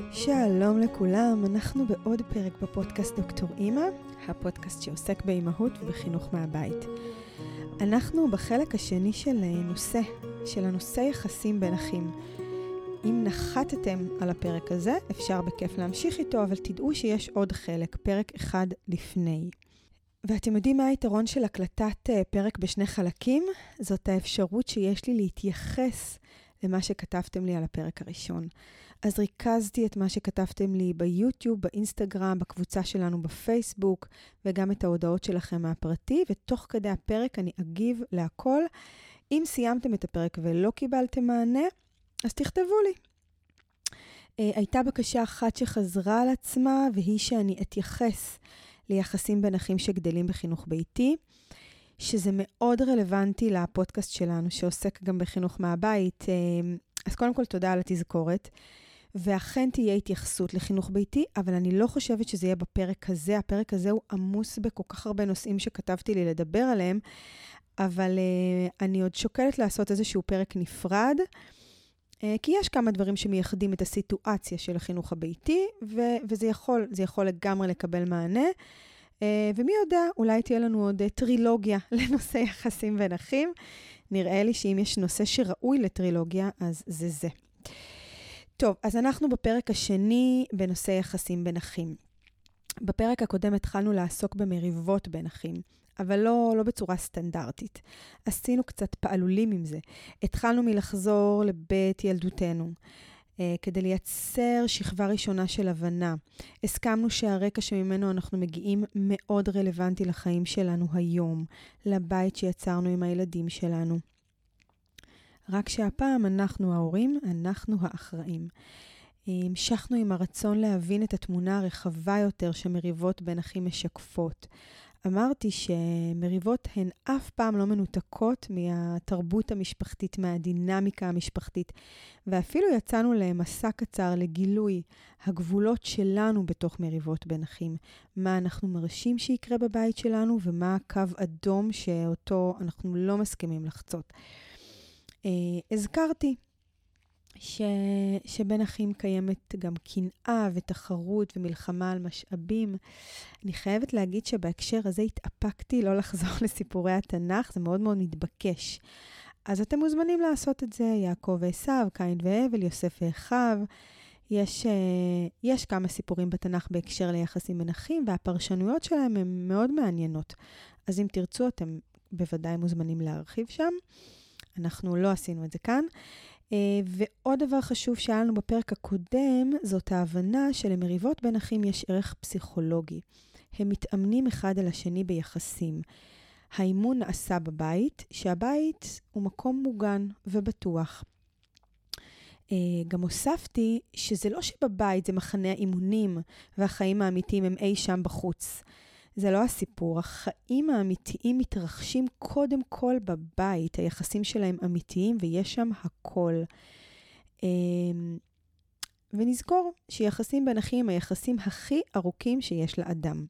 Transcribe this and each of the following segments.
שלום לכולם, אנחנו בעוד פרק בפודקאסט דוקטור אימא, הפודקאסט שעוסק באימהות ובחינוך מהבית. אנחנו בחלק השני של הנושא יחסים בין אחים. אם נחתתם על הפרק הזה, אפשר בכיף להמשיך איתו, אבל תדעו שיש עוד חלק, פרק אחד לפני. ואתם יודעים מה היתרון של הקלטת פרק בשני חלקים? זאת האפשרות שיש לי להתייחס למה שכתבתם לי על הפרק הראשון. אז ריכזתי את מה שכתבתם לי ביוטיוב, באינסטגרם, בקבוצה שלנו בפייסבוק, וגם את ההודעות שלכם מהפרטי, ותוך כדי הפרק אני אגיב להכל. אם סיימתם את הפרק ולא קיבלתם מענה, אז תכתבו לי. הייתה בקשה אחת שחזרה על עצמה, והיא שאני אתייחס ליחסים בין אחים שגדלים בחינוך ביתי, שזה מאוד רלוונטי לפודקאסט שלנו, שעוסק גם בחינוך מהבית. אז קודם כל תודה על התזכורת, ואכן תהיה התייחסות לחינוך ביתי, אבל אני לא חושבת שזה יהיה בפרק הזה. הפרק הזה הוא עמוס בכל כך הרבה נושאים שכתבתי לי לדבר עליהם, אבל אני עוד שוקלת לעשות איזשהו פרק נפרד, כי יש כמה דברים שמייחדים את הסיטואציה של החינוך הביתי, וזה יכול לגמרי לקבל מענה, ומי יודע, אולי תהיה לנו עוד טרילוגיה לנושא יחסים בין אחים. נראה לי שאם יש נושא שראוי לטרילוגיה, אז זה. טוב, אז אנחנו בפרק השני בנושא יחסים בין אחים. בפרק הקודם התחלנו לעסוק במריבות בין אחים, אבל לא בצורה סטנדרטית. עשינו קצת פעלולים עם זה. התחלנו מלחזור לבית ילדותנו, כדי לייצר שכבה ראשונה של הבנה. הסכמנו שהרקע שממנו אנחנו מגיעים מאוד רלוונטי לחיים שלנו היום, לבית שיצרנו עם הילדים שלנו. רק שהפעם אנחנו ההורים, אנחנו האחראים. המשכנו עם הרצון להבין את התמונה הרחבה יותר שמריבות בין אחים משקפות. אמרתי שמריבות הן אף פעם לא מנותקות מהתרבות המשפחתית, מהדינמיקה המשפחתית, ואפילו יצאנו למסע קצר לגילוי הגבולות שלנו בתוך מריבות בין אחים, מה אנחנו מרשים שיקרה בבית שלנו, ומה הקו אדום שאותו אנחנו לא מסכימים לחצות. הזכרתי שבין אחים קיימת גם קנאה ותחרות ומלחמה על משאבים. אני חייבת להגיד שבהקשר הזה התאפקתי לא לחזור לסיפורי התנ"ך, זה מאוד מאוד מתבקש. אז אתם מוזמנים לעשות את זה, יעקב ועשיו, קין והבל, יוסף ואחיו. יש כמה סיפורים בתנ"ך בהקשר ליחסים בין אחים, והפרשנויות שלהם הן מאוד מעניינות. אז אם תרצו, אתם בוודאי מוזמנים להרחיב שם. אנחנו לא עשינו את זה כאן. ועוד דבר חשוב שהיה לנו בפרק הקודם, זאת ההבנה שלמריבות בין אחים יש ערך פסיכולוגי. הם מתאמנים אחד על השני ביחסים. האימון נעשה בבית, שהבית הוא מקום מוגן ובטוח. גם הוספתי שזה לא שבבית זה מחנה האימונים, והחיים האמיתיים הם אי שם בחוץ. זה לא הסיפור. החיים האמיתיים מתרחשים קודם כל בבית. היחסים שלהם אמיתיים ויש שם הכל. ונזכור שיחסים בין אחים הם היחסים הכי ארוכים שיש לאדם.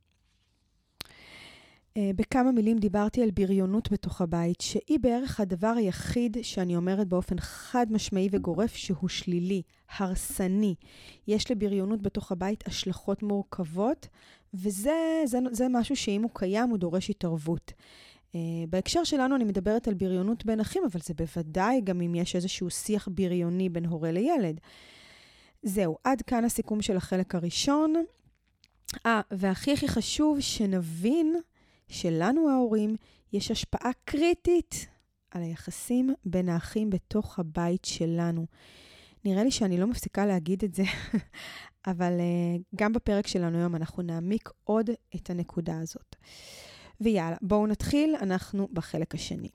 בכמה מילים דיברתי על בריונות בתוך הבית, שהיא בערך הדבר היחיד שאני אומרת באופן חד משמעי וגורף שהוא שלילי, הרסני. יש לבריונות בתוך הבית השלכות מורכבות, וזה משהו שאם הוא קיים הוא דורש התערבות. בהקשר שלנו אני מדברת על בריונות בין אחים, אבל זה בוודאי גם אם יש איזשהו שיח בריוני בין הורה לילד. זהו, עד כאן הסיכום של החלק הראשון. והכי חשוב שנבין שלנו ההורים יש השפעה קריטית על היחסים בין האחים בתוך הבית שלנו. נראה לי שאני לא מפסיקה להגיד את זה, אבל גם בפרק שלנו היום אנחנו נעמיק עוד את הנקודה הזאת. ויאללה, בואו נתחיל, אנחנו בחלק השני.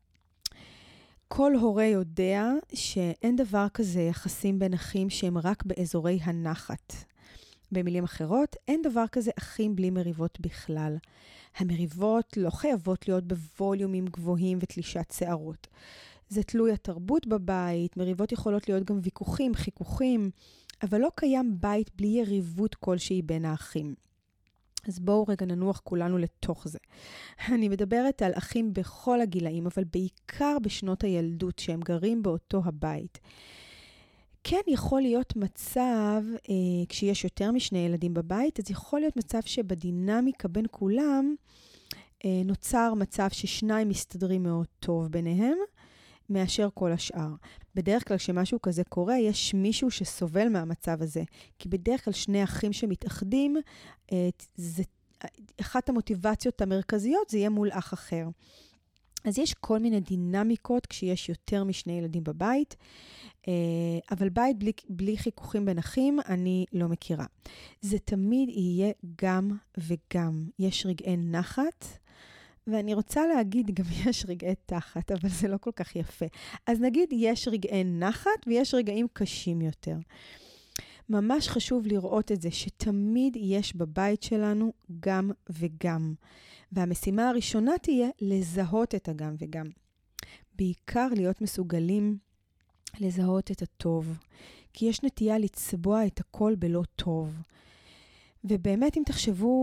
כל הורה יודע שאין דבר כזה יחסים בין אחים שהם רק באזורי הנחת. במילים אחרות, אין דבר כזה אחים בלי מריבות בכלל. המריבות לא חייבות להיות בווליומים גבוהים ותלישת שערות. זה תלוי התרבות בבית, מריבות יכולות להיות גם ויכוחים, חיכוכים, אבל לא קיים בית בלי יריבות כלשהי בין האחים. אז בואו רגע ננוח כולנו לתוך זה. אני מדברת על אחים בכל הגילאים, אבל בעיקר בשנות הילדות שהם גרים באותו הבית. כן יכול להיות מצב, כשיש יותר משני ילדים בבית, אז יכול להיות מצב שבדינמיקה בין כולם, נוצר מצב ששניים מסתדרים מאוד טוב ביניהם, מאשר כל השאר. בדרך כלל כשמשהו כזה קורה, יש מישהו שסובל מהמצב הזה. כי בדרך כלל שני אחים שמתאחדים, אחת המוטיבציות המרכזיות זה יהיה מול אח אחר. אז יש כל מיני דינמיקות כשיש יותר משני ילדים בבית, אבל בית בלי חיכוכים בין אחים אני לא מכירה. זה תמיד יהיה גם וגם. יש רגעי נחת, ואני רוצה להגיד גם יש רגעי תחת, אבל זה לא כל כך יפה. אז נגיד יש רגעי נחת ויש רגעים קשים יותר. ממש חשוב לראות את זה, שתמיד יש בבית שלנו גם וגם. והמשימה הראשונה תהיה לזהות את הגם וגם. בעיקר להיות מסוגלים לזהות את הטוב. כי יש נטייה לצבוע את הכל בלא טוב. ובאמת אם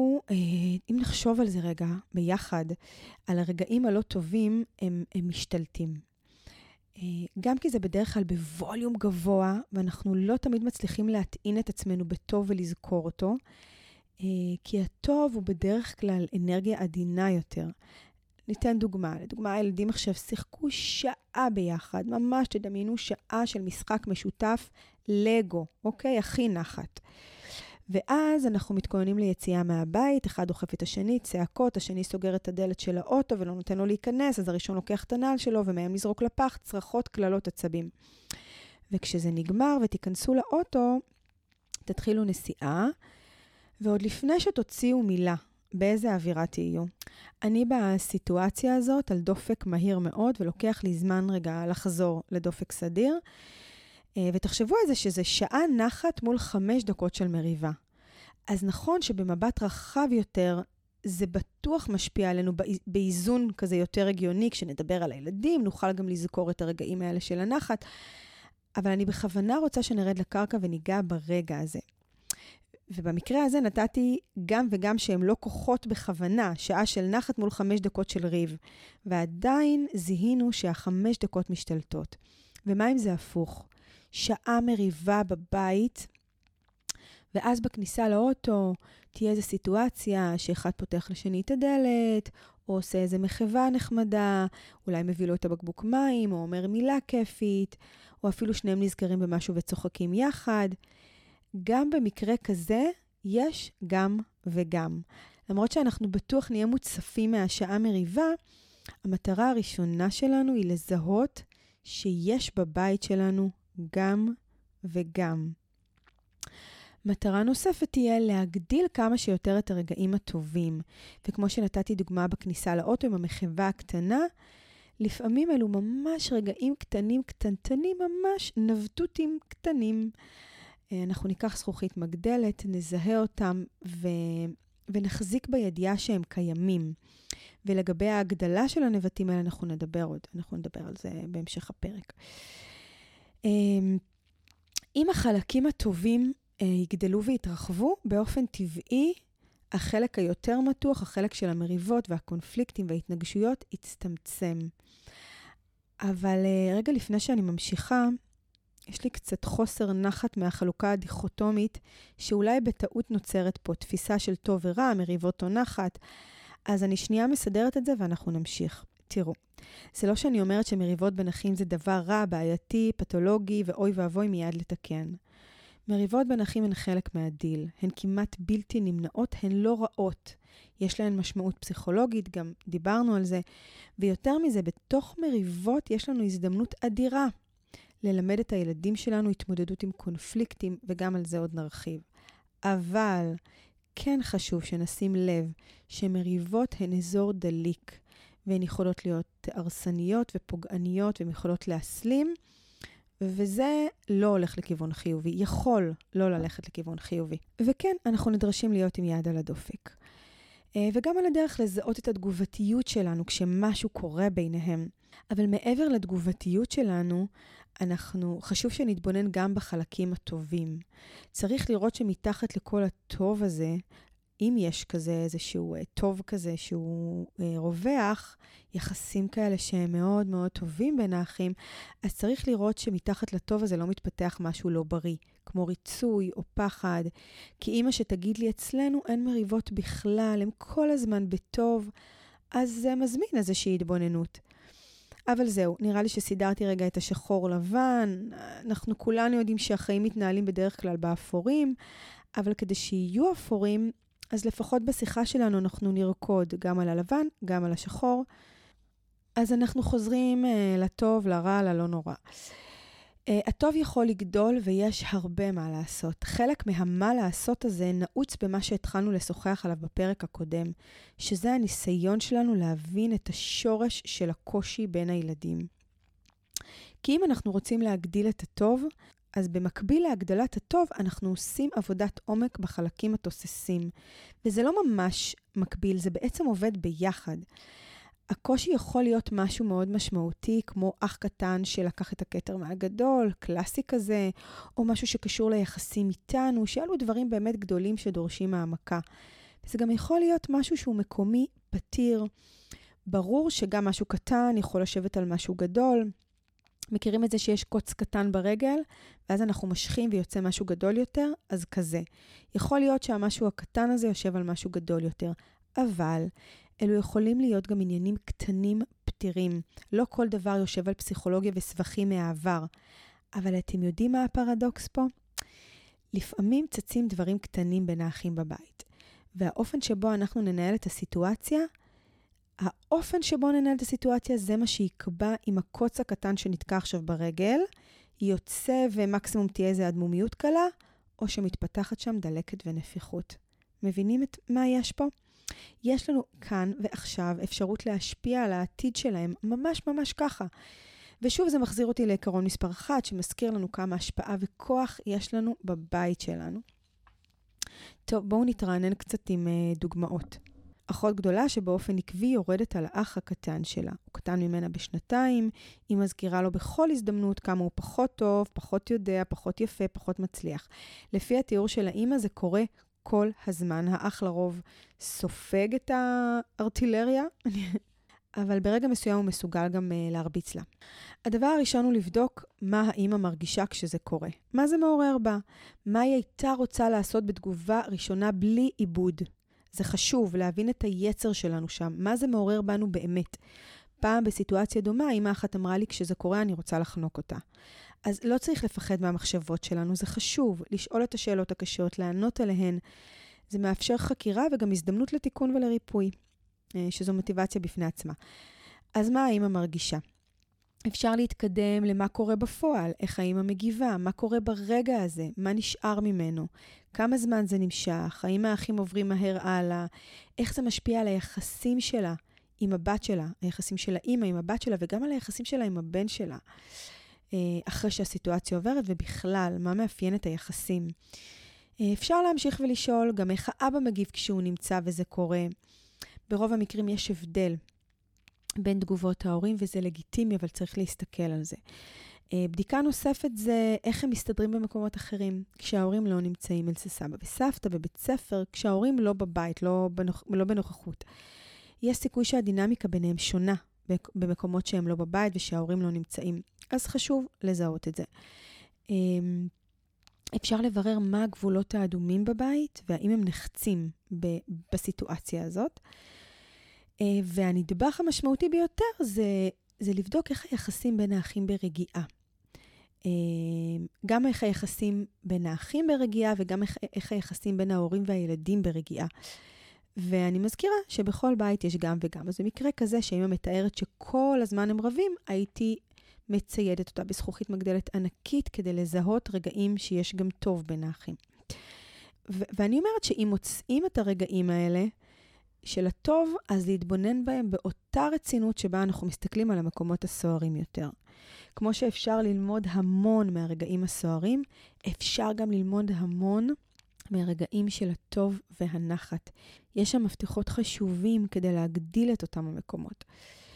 נחשוב על זה רגע ביחד, על הרגעים הלא טובים, הם משתלטים. גם כי זה בדרך כלל בווליום גבוה, ואנחנו לא תמיד מצליחים להטעין את עצמנו בטוב ולזכור אותו, כי הטוב הוא בדרך כלל אנרגיה עדינה יותר. ניתן דוגמה. לדוגמה, הילדים עכשיו שיחקו שעה ביחד, ממש תדמיינו שעה של משחק משותף, לגו, אוקיי? הכי נחת. ואז אנחנו מתכוננים ליציאה מהבית, אחד דוחף את השני, צעקות, השני סוגר את הדלת של האוטו ולא נותן לו להיכנס, אז הראשון לוקח את הנעל שלו ומהם לזרוק לפח, צרחות, כללות, עצבים. וכשזה נגמר ותיכנסו לאוטו, תתחילו נסיעה, ועוד לפני שתוציאו מילה, באיזה אווירה תהיו. אני בסיטואציה הזאת על דופק מהיר מאוד, ולוקח לי זמן רגע לחזור לדופק סדיר, ותחשבו על זה שזה שעה נחת מול 5 דקות של מריבה. אז נכון שבמבט רחב יותר, זה בטוח משפיע עלינו באיזון כזה יותר הגיוני, כשנדבר על הילדים, נוכל גם לזכור את הרגעים האלה של הנחת, אבל אני בכוונה רוצה שנרד לקרקע וניגע ברגע הזה. ובמקרה הזה נתתי גם וגם שהם לא כוחות בכוונה, שעה של נחת מול 5 דקות של ריב, ועדיין זיהינו שה5 דקות משתלטות. ומה אם זה הפוך? שעה מריבה בבית, ואז בכניסה לאוטו תהיה איזו סיטואציה שאחד פותח לשני את הדלת, או עושה איזו מחווה נחמדה, אולי מביא לו את הבקבוק מים, או אומר מילה כיפית, או אפילו שניהם נזכרים במשהו וצוחקים יחד. גם במקרה כזה יש גם וגם. למרות שאנחנו בטוח נהיה מוצפים מהשעה מריבה, המטרה הראשונה שלנו היא לזהות שיש בבית שלנו גם וגם. מטרה נוספת תהיה להגדיל כמה שיותר את הרגעים הטובים. וכמו שנתתי דוגמה בכניסה לאוטו עם המחווה הקטנה, לפעמים אלו ממש רגעים קטנים, קטנטנים, ממש נבטותים קטנים. אנחנו ניקח זכוכית מגדלת, נזהה אותם ונחזיק בידיעה שהם קיימים. ולגבי ההגדלה של הנבטים האלה אנחנו נדבר על זה בהמשך הפרק. אם החלקים הטובים יגדלו ויתרחבו, באופן טבעי, החלק היותר מתוח, החלק של המריבות והקונפליקטים וההתנגשויות, יצטמצם. אבל רגע לפני שאני ממשיכה, יש לי קצת חוסר נחת מהחלוקה הדיכוטומית, שאולי בטעות נוצרת פה, תפיסה של טוב ורע, מריבות או נחת. אז אני שנייה מסדרת את זה ואנחנו נמשיך. תראו, זה לא שאני אומרת שמריבות בין אחים זה דבר רע, בעייתי, פתולוגי ואוי ואבוי מיד לתקן. מריבות בין אחים הן חלק מהדיל, הן כמעט בלתי נמנעות, הן לא רעות. יש להן משמעות פסיכולוגית, גם דיברנו על זה. ויותר מזה, בתוך מריבות יש לנו הזדמנות אדירה ללמד את הילדים שלנו התמודדות עם קונפליקטים, וגם על זה עוד נרחיב. אבל כן חשוב שנשים לב שמריבות הן אזור דליק, והן יכולות להיות הרסניות ופוגעניות, והן יכולות להסלים, וזה לא הולך לכיוון חיובי, יכול לא ללכת לכיוון חיובי. וכן, אנחנו נדרשים להיות עם יד על הדופק. וגם על הדרך לזהות את התגובתיות שלנו כשמשהו קורה ביניהם. אבל מעבר לתגובתיות שלנו, חשוב שנתבונן גם בחלקים הטובים. צריך לראות שמתחת לכל הטוב הזה, אם יש כזה איזשהו טוב כזה שהוא רווח, יחסים כאלה שהם מאוד מאוד טובים בין האחים, אז צריך לראות שמתחת לטוב הזה לא מתפתח משהו לא בריא, כמו ריצוי או פחד. כי אמא שתגיד לי אצלנו אין מריבות בכלל, הם כל הזמן בטוב, אז זה מזמין איזושהי התבוננות. אבל זהו, נראה לי שסידרתי רגע את השחור לבן, אנחנו כולנו יודעים שהחיים מתנהלים בדרך כלל באפורים, אבל כדי שיהיו אפורים, אז לפחות בשיחה שלנו אנחנו נרקוד גם על הלבן, גם על השחור. אז אנחנו חוזרים לטוב, לרע, ללא נורא. הטוב יכול לגדול ויש הרבה מה לעשות. חלק מהמה לעשות הזה נעוץ במה שהתחלנו לשוחח עליו בפרק הקודם, שזה הניסיון שלנו להבין את השורש של הקושי בין הילדים. כי אם אנחנו רוצים להגדיל את הטוב, אז במקביל להגדלת הטוב, אנחנו עושים עבודת עומק בחלקים התוססים. וזה לא ממש מקביל, זה בעצם עובד ביחד. הקושי יכול להיות משהו מאוד משמעותי, כמו אח קטן שלקח את הכתר מהגדול, קלאסי כזה, או משהו שקשור ליחסים איתנו, שאלו דברים באמת גדולים שדורשים העמקה. וזה גם יכול להיות משהו שהוא מקומי, פתיר. ברור שגם משהו קטן יכול לשבת על משהו גדול. מכירים את זה שיש קוץ קטן ברגל, ואז אנחנו משכים ויוצא משהו גדול יותר, אז כזה. יכול להיות שהמשהו הקטן הזה יושב על משהו גדול יותר, אבל אלו יכולים להיות גם עניינים קטנים פתירים. לא כל דבר יושב על פסיכולוגיה וסבכים מהעבר. אבל אתם יודעים מה הפרדוקס פה? לפעמים צצים דברים קטנים בין האחים בבית. והאופן שבו אנחנו ננהל את הסיטואציה, זה מה שיקבע אם הקוץ הקטן שנתקע עכשיו ברגל, יוצא ומקסימום תהיה איזו אדמומיות קלה, או שמתפתחת שם דלקת ונפיחות. מבינים את מה יש פה? יש לנו כאן ועכשיו אפשרות להשפיע על העתיד שלהם, ממש ממש ככה. ושוב זה מחזיר אותי לעיקרון מספר 1, שמזכיר לנו כמה השפעה וכוח יש לנו בבית שלנו. טוב, בואו נתרענן קצת עם דוגמאות. אחות גדולה שבאופן עקבי יורדת על האח הקטן שלה. הוא קטן ממנה בשנתיים, היא מזכירה לו בכל הזדמנות כמה הוא פחות טוב, פחות יודע, פחות יפה, פחות מצליח. לפי התיאור של האמא זה קורה כל הזמן. האח לרוב סופג את הארטילריה, אבל ברגע מסוים הוא מסוגל גם להרביץ לה. הדבר הראשון הוא לבדוק מה האמא מרגישה כשזה קורה. מה זה מעורר בה? מה היא הייתה רוצה לעשות בתגובה ראשונה בלי עיבוד? זה חשוב להבין את היצר שלנו שם. מה זה מעורר בנו באמת? פעם בסיטואציה דומה, אמא אחת אמרה לי, כשזה קורה אני רוצה לחנוק אותה. אז לא צריך לפחד מהמחשבות שלנו, זה חשוב. לשאול את השאלות הקשות, לענות עליהן. זה מאפשר חקירה וגם הזדמנות לתיקון ולריפוי, שזו מוטיבציה בפני עצמה. אז מה האמא מרגישה? אפשר להתקדם למה קורה בפועל, איך האמא מגיבה, מה קורה ברגע הזה, מה נשאר ממנו, כמה זמן זה נמשך, האם האחים עוברים מהר הלאה, איך זה משפיע על היחסים שלה עם הבת שלה, היחסים של האמא עם הבת שלה, וגם על היחסים שלה עם הבן שלה, אחרי שהסיטואציה עוברת, ובכלל, מה מאפיין את היחסים. אפשר להמשיך ולשאול גם איך האבא מגיב כשהוא נמצא וזה קורה. ברוב המקרים יש הבדל בין תגובות ההורים, וזה לגיטימי, אבל צריך להסתכל על זה. בדיקה נוספת זה איך הם מסתדרים במקומות אחרים, כשההורים לא נמצאים אצל סבא וסבתא בבית ספר, כשההורים לא בבית, לא בנוכחות. יש סיכוי שהדינמיקה ביניהם שונה במקומות שהם לא בבית ושההורים לא נמצאים. אז חשוב לזהות את זה. אפשר לברר מה הגבולות האדומים בבית, והאם הם נחצים בסיטואציה הזאת. והנדבך המשמעותי ביותר זה לבדוק איך היחסים בין האחים ברגיעה. גם איך היחסים בין האחים ברגיעה, וגם איך היחסים בין ההורים והילדים ברגיעה. ואני מזכירה שבכל בית יש גם וגם. אז במקרה כזה שאמא מתארת שכל הזמן הם רבים, הייתי מציידת אותה בזכוכית מגדלת ענקית, כדי לזהות רגעים שיש גם טוב בין האחים. ואני אומרת שאם מוצאים את הרגעים האלה, של הטוב, אז להתבונן בהם באותה רצינות שבה אנחנו מסתכלים על המקומות הסוערים יותר. כמו שאפשר ללמוד המון מהרגעים הסוערים, אפשר גם ללמוד המון מהרגעים של הטוב והנחת. יש שם מפתחות חשובים כדי להגדיל את אותם המקומות.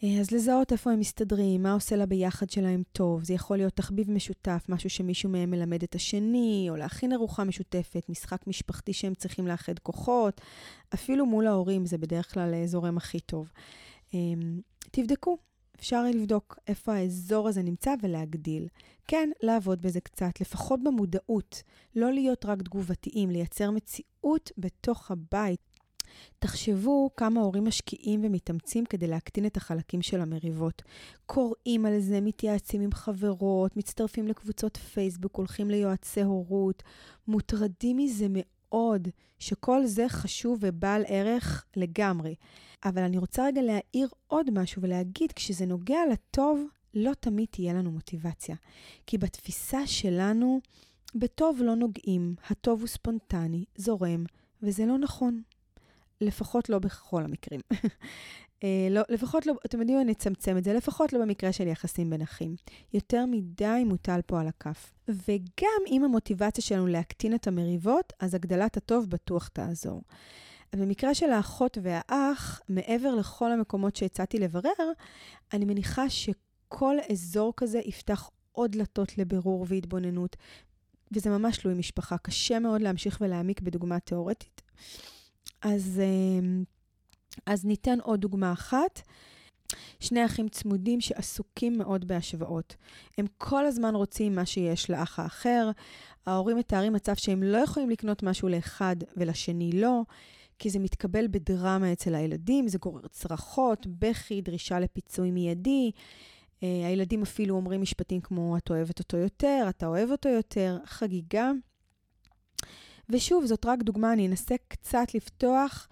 אז לזהות איפה הם מסתדרים, מה עושה לה ביחד שלהם טוב. זה יכול להיות תחביב משותף, משהו שמישהו מהם מלמד את השני, או להכין ארוחה משותפת, משחק משפחתי שהם צריכים לאחד כוחות. אפילו מול ההורים זה בדרך כלל זורם הכי טוב. תבדקו, אפשר לבדוק איפה האזור הזה נמצא ולהגדיל. כן, לעבוד בזה קצת, לפחות במודעות, לא להיות רק תגובתיים, לייצר מציאות בתוך הבית. תחשבו כמה הורים משקיעים ומתאמצים כדי להקטין את החלקים של המריבות. קוראים על זה, מתייעצים עם חברות, מצטרפים לקבוצות פייסבוק, הולכים ליועצי הורות, מוטרדים מזה מאוד, שכל זה חשוב ובעל ערך לגמרי. אבל אני רוצה רגע להעיר עוד משהו ולהגיד, כשזה נוגע לטוב, לא תמיד תהיה לנו מוטיבציה. כי בתפיסה שלנו, בטוב לא נוגעים, הטוב הוא ספונטני, זורם, וזה לא נכון. לפחות לא בכל המקרים. לפחות לא, אתם יודעים, אני אצמצם את זה, לפחות לא במקרה של יחסים בין אחים. יותר מדי מוטל פה על הכף. וגם אם המוטיבציה שלנו להקטין את המריבות, אז הגדלת הטוב בטוח תעזור. במקרה של האחות והאח, מעבר לכל המקומות שהצעתי לברר, אני מניחה שכל אזור כזה יפתח עוד דלתות לבירור והתבוננות, וזה ממש תלוי משפחה. קשה מאוד להמשיך ולהעמיק בדוגמה תיאורטית. אז ניתן עוד דוגמה אחת. שני אחים צמודים שעסוקים מאוד בהשוואות. הם כל הזמן רוצים מה שיש לאח האחר. ההורים מתארים מצב שהם לא יכולים לקנות משהו לאחד ולשני לא, כי זה מתקבל בדרמה אצל הילדים, זה גורר צרחות, בכי, דרישה לפיצוי מיידי. הילדים אפילו אומרים משפטים כמו, את אוהבת אותו יותר, אתה אוהב אותו יותר, חגיגה. ושוב, זאת רק דוגמה, אני אנסה קצת לפתוח.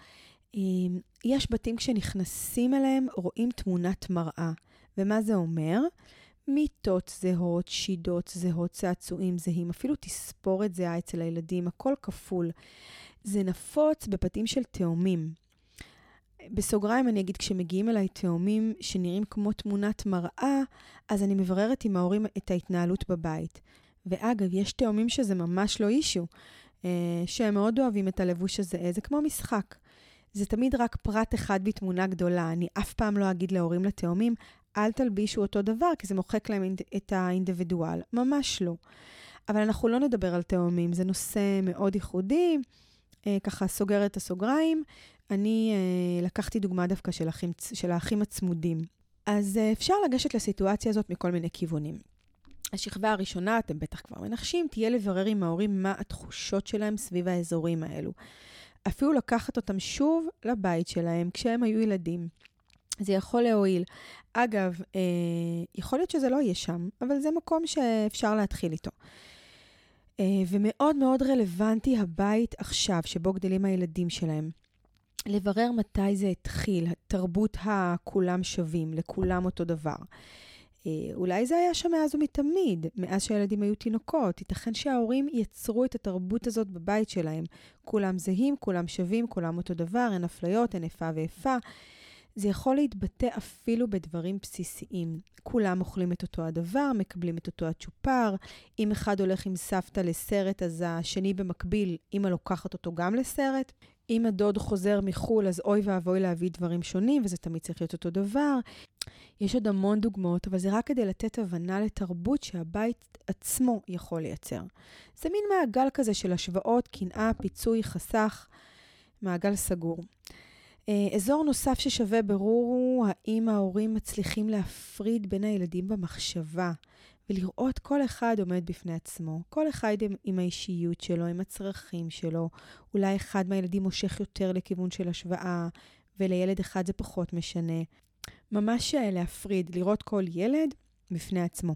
יש בתים כשנכנסים אליהם, רואים תמונת מראה. ומה זה אומר? מיטות זהות, שידות זהות, צעצועים זהים, אפילו תספורת זהה אצל הילדים, הכל כפול. זה נפוץ בבתים של תאומים. בסוגריים אני אגיד, כשמגיעים אליי תאומים שנראים כמו תמונת מראה, אז אני מבררת עם ההורים את ההתנהלות בבית. ואגב, יש תאומים שזה ממש לא אישו. שהם מאוד אוהבים את הלבוש הזה, זה כמו משחק. זה תמיד רק פרט אחד בתמונה גדולה. אני אף פעם לא אגיד להורים לתאומים, אל תלבישו אותו דבר, כי זה מוחק להם את האינדיבידואל. ממש לא. אבל אנחנו לא נדבר על תאומים, זה נושא מאוד ייחודי, ככה סוגר את הסוגריים. אני לקחתי דוגמה דווקא של האחים הצמודים. אז אפשר לגשת לסיטואציה הזאת מכל מיני כיוונים. השכבה הראשונה, אתם בטח כבר מנחשים, תהיה לברר עם ההורים מה התחושות שלהם סביב האזורים האלו. אפילו לקחת אותם שוב לבית שלהם כשהם היו ילדים. זה יכול להועיל. אגב, יכול להיות שזה לא יהיה שם, אבל זה מקום שאפשר להתחיל איתו. ומאוד מאוד רלוונטי הבית עכשיו, שבו גדלים הילדים שלהם. לברר מתי זה התחיל, תרבות הכולם שווים, לכולם אותו דבר. אולי זה היה שם מאז ומתמיד, מאז שהילדים היו תינוקות. ייתכן שההורים יצרו את התרבות הזאת בבית שלהם. כולם זהים, כולם שווים, כולם אותו דבר, אין אפליות, אין איפה ואיפה. זה יכול להתבטא אפילו בדברים בסיסיים. כולם אוכלים את אותו הדבר, מקבלים את אותו הצ'ופר. אם אחד הולך עם סבתא לסרט, אז השני במקביל, אמא לוקחת אותו גם לסרט. אם הדוד חוזר מחול, אז אוי ואבוי להביא דברים שונים, וזה תמיד צריך להיות אותו דבר. יש עוד המון דוגמאות, אבל זה רק כדי לתת הבנה לתרבות שהבית עצמו יכול לייצר. זה מין מעגל כזה של השוואות, קנאה, פיצוי, חסך, מעגל סגור. אזור נוסף ששווה ברור הוא האם ההורים מצליחים להפריד בין הילדים במחשבה, ולראות כל אחד עומד בפני עצמו. כל אחד עם האישיות שלו, עם הצרכים שלו. אולי אחד מהילדים מושך יותר לכיוון של השוואה, ולילד אחד זה פחות משנה. ממש להפריד, לראות כל ילד בפני עצמו.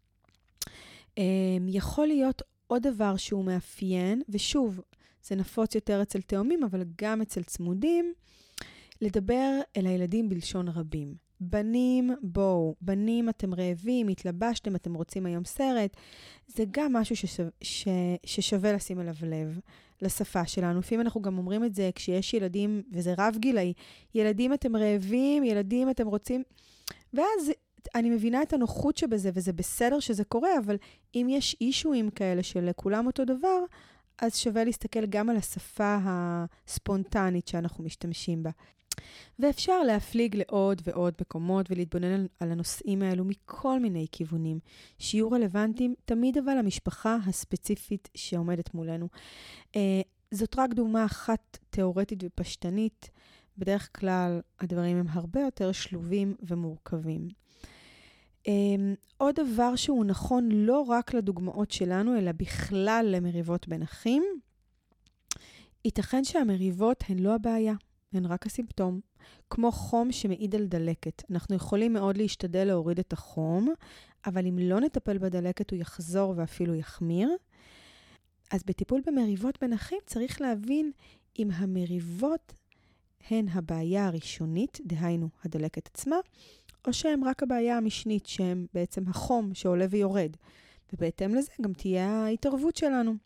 יכול להיות עוד דבר שהוא מאפיין, ושוב, זה נפוץ יותר אצל תאומים, אבל גם אצל צמודים, לדבר אל הילדים בלשון רבים. בנים, בואו, בנים אתם רעבים, התלבשתם, אתם רוצים היום סרט. זה גם משהו ששווה לשים אליו לב, לשפה שלנו. לפעמים אנחנו גם אומרים את זה כשיש ילדים, וזה רב גילאי, ילדים אתם רעבים, ילדים אתם רוצים, ואז אני מבינה את הנוחות שבזה, וזה בסדר שזה קורה, אבל אם יש אישויים כאלה שלכולם אותו דבר, אז שווה להסתכל גם על השפה הספונטנית שאנחנו משתמשים בה. ואפשר להפליג לעוד ועוד מקומות ולהתבונן על הנושאים האלו מכל מיני כיוונים, שיהיו רלוונטיים תמיד אבל למשפחה הספציפית שעומדת מולנו. זאת רק דוגמה אחת תיאורטית ופשטנית, בדרך כלל הדברים הם הרבה יותר שלובים ומורכבים. עוד דבר שהוא נכון לא רק לדוגמאות שלנו, אלא בכלל למריבות בין אחים, ייתכן שהמריבות הן לא הבעיה, הן רק הסימפטום. כמו חום שמעיד על דלקת. אנחנו יכולים מאוד להשתדל להוריד את החום, אבל אם לא נטפל בדלקת הוא יחזור ואפילו יחמיר. אז בטיפול במריבות בין אחים צריך להבין אם המריבות הן הבעיה הראשונית, דהיינו הדלקת עצמה, או שהן רק הבעיה המשנית, שהן בעצם החום שעולה ויורד. ובהתאם לזה גם תהיה ההתערבות שלנו.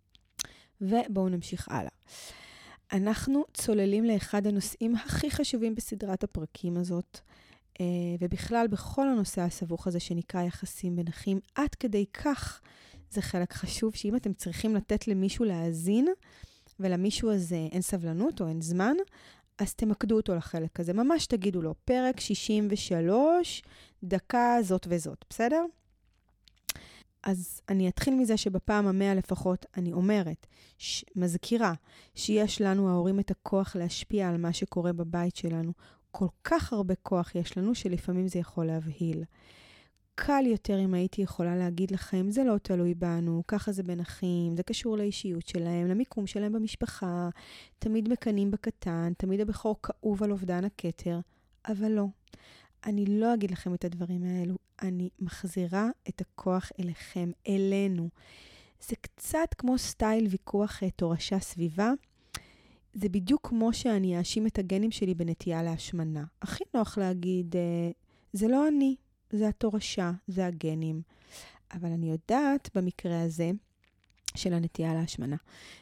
ובואו נמשיך הלאה. אנחנו צוללים לאחד הנושאים הכי חשובים בסדרת הפרקים הזאת, ובכלל בכל הנושא הסבוך הזה שנקרא יחסים בין אחים, עד כדי כך זה חלק חשוב, שאם אתם צריכים לתת למישהו להאזין, ולמישהו הזה אין סבלנות או אין זמן, אז תמקדו אותו לחלק הזה. ממש תגידו לו, פרק 63, דקה זאת וזאת, בסדר? אז אני אתחיל מזה שבפעם ה-100 לפחות אני אומרת, מזכירה שיש לנו ההורים את הכוח להשפיע על מה שקורה בבית שלנו. כל כך הרבה כוח יש לנו שלפעמים זה יכול להבהיל. קל יותר אם הייתי יכולה להגיד לכם, זה לא תלוי בנו, ככה זה בין אחים, זה קשור לאישיות שלהם, למיקום שלהם במשפחה, תמיד מקנים בקטן, תמיד הבכור כאוב על אובדן הכתר, אבל לא. אני לא אגיד לכם את הדברים האלו, אני מחזירה את הכוח אליכם, אלינו. זה קצת כמו סטייל ויכוח תורשה סביבה, זה בדיוק כמו שאני אאשים את הגנים שלי בנטייה להשמנה. הכי נוח להגיד, זה לא אני, זה התורשה, זה הגנים. אבל אני יודעת במקרה הזה, של הנטייה להשמנה,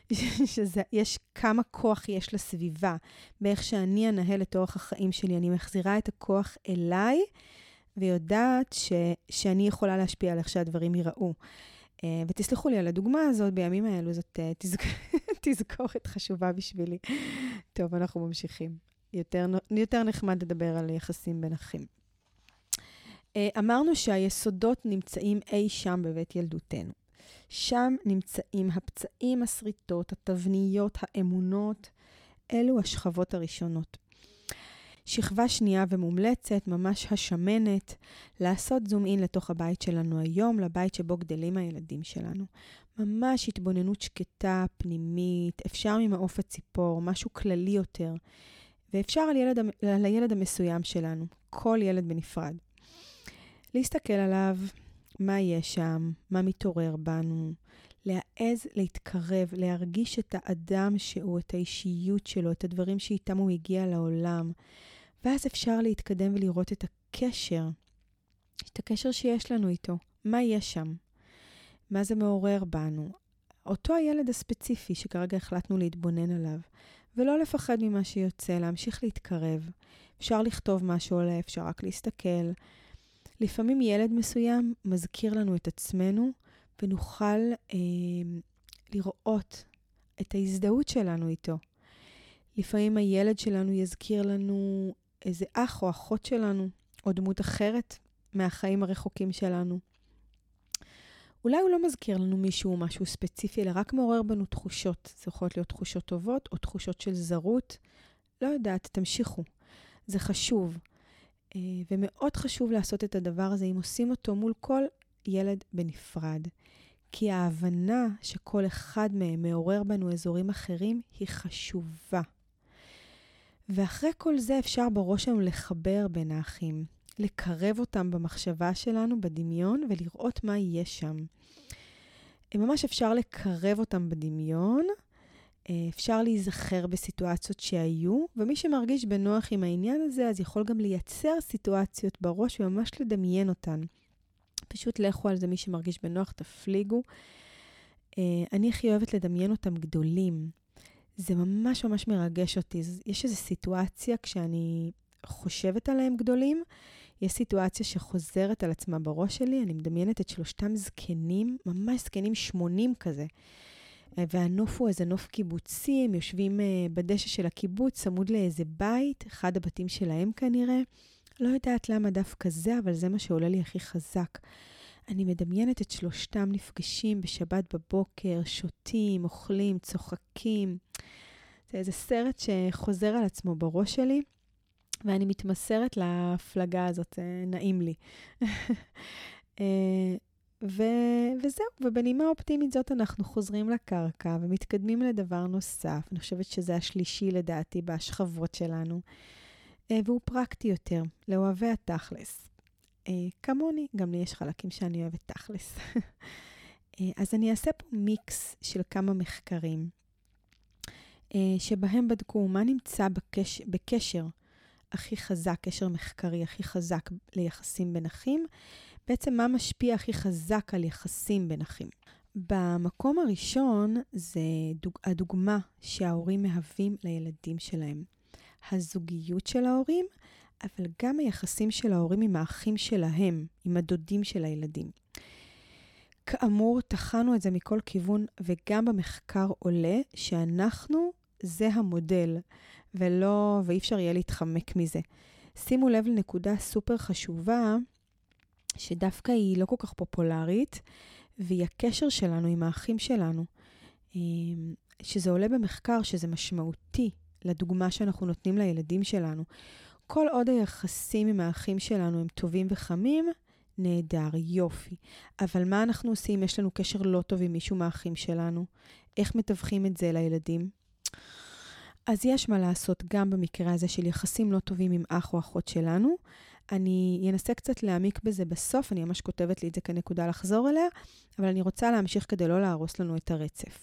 שיש כמה כוח יש לסביבה, באיך שאני אנהל את אורח החיים שלי, אני מחזירה את הכוח אליי, ויודעת שאני יכולה להשפיע על איך שהדברים ייראו. ותסלחו לי על הדוגמה הזאת, בימים האלו זאת תזכורת חשובה בשבילי. טוב, אנחנו ממשיכים. יותר נחמד לדבר על יחסים בין אחים. אמרנו שהיסודות נמצאים אי שם בבית ילדותנו. שם נמצאים הפצעים, הסריטות, התבניות, האמונות. אלו השכבות הראשונות. שכבה שנייה ומומלצת, ממש השמנת, לעשות זום אין לתוך הבית שלנו היום, לבית שבו גדלים הילדים שלנו. ממש התבוננות שקטה, פנימית, אפשר ממעוף הציפור, משהו כללי יותר. ואפשר על הילד המסוים שלנו, כל ילד בנפרד. להסתכל עליו, מה יש שם, מה מתעורר בנו, להעז להתקרב, להרגיש את האדם שהוא, את האישיות שלו, את הדברים שאיתם הוא הגיע לעולם. ואז אפשר להתקדם ולראות את הקשר, את הקשר שיש לנו איתו. מה יש שם? מה זה מעורר בנו? אותו הילד הספציפי שכרגע החלטנו להתבונן עליו, ולא לפחד ממה שיוצא, להמשיך להתקרב. אפשר לכתוב מה שעולה, אפשר רק להסתכל. לפעמים ילד מסוים מזכיר לנו את עצמנו, ונוכל לראות את ההזדהות שלנו איתו. לפעמים הילד שלנו יזכיר לנו איזה אח או אחות שלנו, או דמות אחרת מהחיים הרחוקים שלנו. אולי הוא לא מזכיר לנו מישהו או משהו ספציפי, אלא רק מעורר בנו תחושות. זה יכולות להיות תחושות טובות או תחושות של זרות. לא יודעת, תמשיכו. זה חשוב. ומאוד חשוב לעשות את הדבר הזה, אם עושים אותו מול כל ילד בנפרד. כי ההבנה שכל אחד מהם מעורר בנו אזורים אחרים היא חשובה. ואחרי כל זה אפשר בראש שלנו לחבר בין האחים, לקרב אותם במחשבה שלנו, בדמיון, ולראות מה יש שם. ממש אפשר לקרב אותם בדמיון, אפשר להיזכר בסיטואציות שהיו, ומי שמרגיש בנוח עם העניין הזה, אז יכול גם לייצר סיטואציות בראש וממש לדמיין אותן. פשוט לכו על זה, מי שמרגיש בנוח, תפליגו. אני הכי אוהבת לדמיין אותם גדולים. זה ממש ממש מרגש אותי. יש איזו סיטואציה כשאני חושבת עליהם גדולים, יש סיטואציה שחוזרת על עצמה בראש שלי, אני מדמיינת את שלושתם זקנים, ממש זקנים 80 כזה. והנוף הוא איזה נוף קיבוצי, הם יושבים בדשא של הקיבוץ, צמוד לאיזה בית, אחד הבתים שלהם כנראה. לא יודעת למה דווקא זה, אבל זה מה שעולה לי הכי חזק. אני מדמיינת את שלושתם נפגשים בשבת בבוקר, שותים, אוכלים, צוחקים. זה איזה סרט שחוזר על עצמו בראש שלי, ואני מתמסרת להפלגה הזאת, נעים לי. וזהו, ובנימה אופטימית זאת אנחנו חוזרים לקרקע ומתקדמים לדבר נוסף. אני חושבת שזה השלישי לדעתי בשכבות שלנו, והוא פרקטי יותר, לאוהבי התכלס. כמוני, גם לי יש חלקים שאני אוהבת תכלס. אז אני אעשה פה מיקס של כמה מחקרים, שבהם בדקו מה נמצא בקשר הכי חזק, קשר מחקרי הכי חזק ליחסים בין אחים, בעצם מה משפיע הכי חזק על יחסים בין אחים. במקום הראשון זה הדוגמה שההורים מהווים לילדים שלהם. הזוגיות של ההורים, אבל גם היחסים של ההורים עם האחים שלהם, עם הדודים של הילדים. כאמור, תחנו את זה מכל כיוון, וגם במחקר עולה שאנחנו זה המודל, ואי אפשר יהיה להתחמק מזה. שימו לב לנקודה סופר חשובה, שדווקא היא לא כל כך פופולרית, והיא הקשר שלנו עם האחים שלנו. שזה עולה במחקר, שזה משמעותי לדוגמה שאנחנו נותנים לילדים שלנו. כל עוד היחסים עם האחים שלנו הם טובים וחמים, נהדר, יופי. אבל מה אנחנו עושים? יש לנו קשר לא טוב עם מישהו מהאחים שלנו. איך מתווכים את זה לילדים? אז יש מה לעשות גם במקרה הזה של יחסים לא טובים עם אח או אחות שלנו. אני אנסה קצת להעמיק בזה בסוף, אני ממש כותבת לי את זה כנקודה לחזור אליה, אבל אני רוצה להמשיך כדי לא להרוס לנו את הרצף.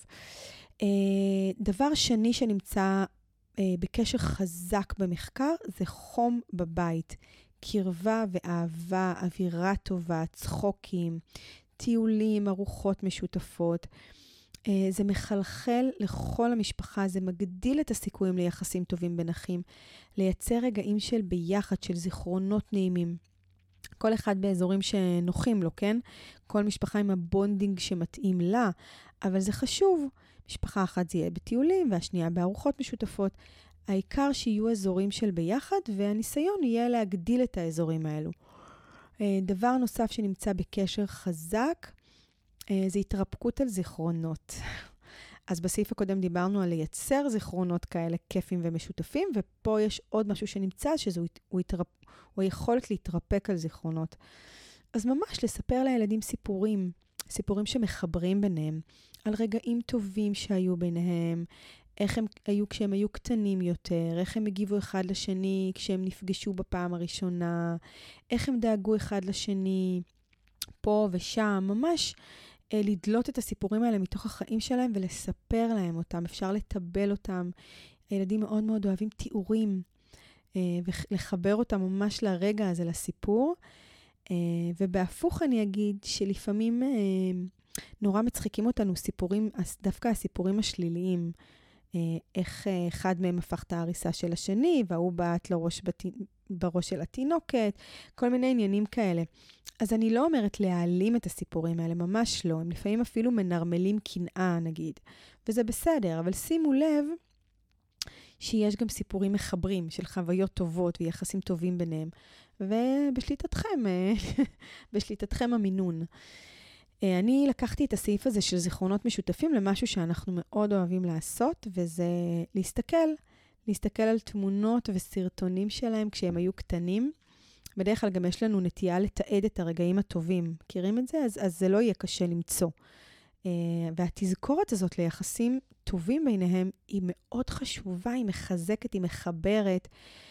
דבר שני שנמצא בקשר חזק במחקר, זה חום בבית. קרבה ואהבה, אווירה טובה, צחוקים, טיולים, ארוחות משותפות. זה מחלחל לכל המשפחה, זה מגדיל את הסיכויים ליחסים טובים בין אחים, לייצר רגעים של ביחד, של זיכרונות נעימים. כל אחד באזורים שנוחים לו, כן? כל משפחה עם הבונדינג שמתאים לה, אבל זה חשוב. משפחה אחת זה יהיה בטיולים, והשנייה בארוחות משותפות. העיקר שיהיו אזורים של ביחד, והניסיון יהיה להגדיל את האזורים האלו. דבר נוסף שנמצא בקשר חזק, זה התרפקות על זיכרונות. אז בסעיף הקודם דיברנו על לייצר זיכרונות כאלה כיפים ומשותפים, ופה יש עוד משהו שנמצא, שזה הוא היכולת להתרפק על זיכרונות. אז ממש לספר לילדים סיפורים שמחברים ביניהם, על רגעים טובים שהיו ביניהם, איך הם היו כשהם היו קטנים יותר, איך הם הגיבו אחד לשני כשהם נפגשו בפעם הראשונה, איך הם דאגו אחד לשני פה ושם, ממש לדלות את הסיפורים האלה מתוך החיים שלהם ולספר להם אותם, אפשר לטבל אותם. הילדים מאוד מאוד אוהבים תיאורים, ולחבר אותם ממש לרגע הזה, לסיפור. ובהפוך אני אגיד שלפעמים נורא מצחיקים אותנו סיפורים, דווקא הסיפורים השליליים, איך אחד מהם הפך את ההריסה של השני, והוא בעט בראש של התינוקת, כל מיני עניינים כאלה. אז אני לא אומרת להעלים את הסיפורים האלה, ממש לא. הם לפעמים אפילו מנרמלים קנאה, נגיד. וזה בסדר, אבל שימו לב שיש גם סיפורים מחברים של חוויות טובות ויחסים טובים ביניהם. ובשליטתכם, בשליטתכם המינון. אני לקחתי את הסעיף הזה של זיכרונות משותפים למשהו שאנחנו מאוד אוהבים לעשות, וזה להסתכל על תמונות וסרטונים שלהם כשהם היו קטנים. בדרך כלל גם יש לנו נטייה לתעד את הרגעים הטובים. מכירים את זה? אז זה לא יהיה קשה למצוא. והתזכורת הזאת ליחסים טובים ביניהם היא מאוד חשובה, היא מחזקת, היא מחברת,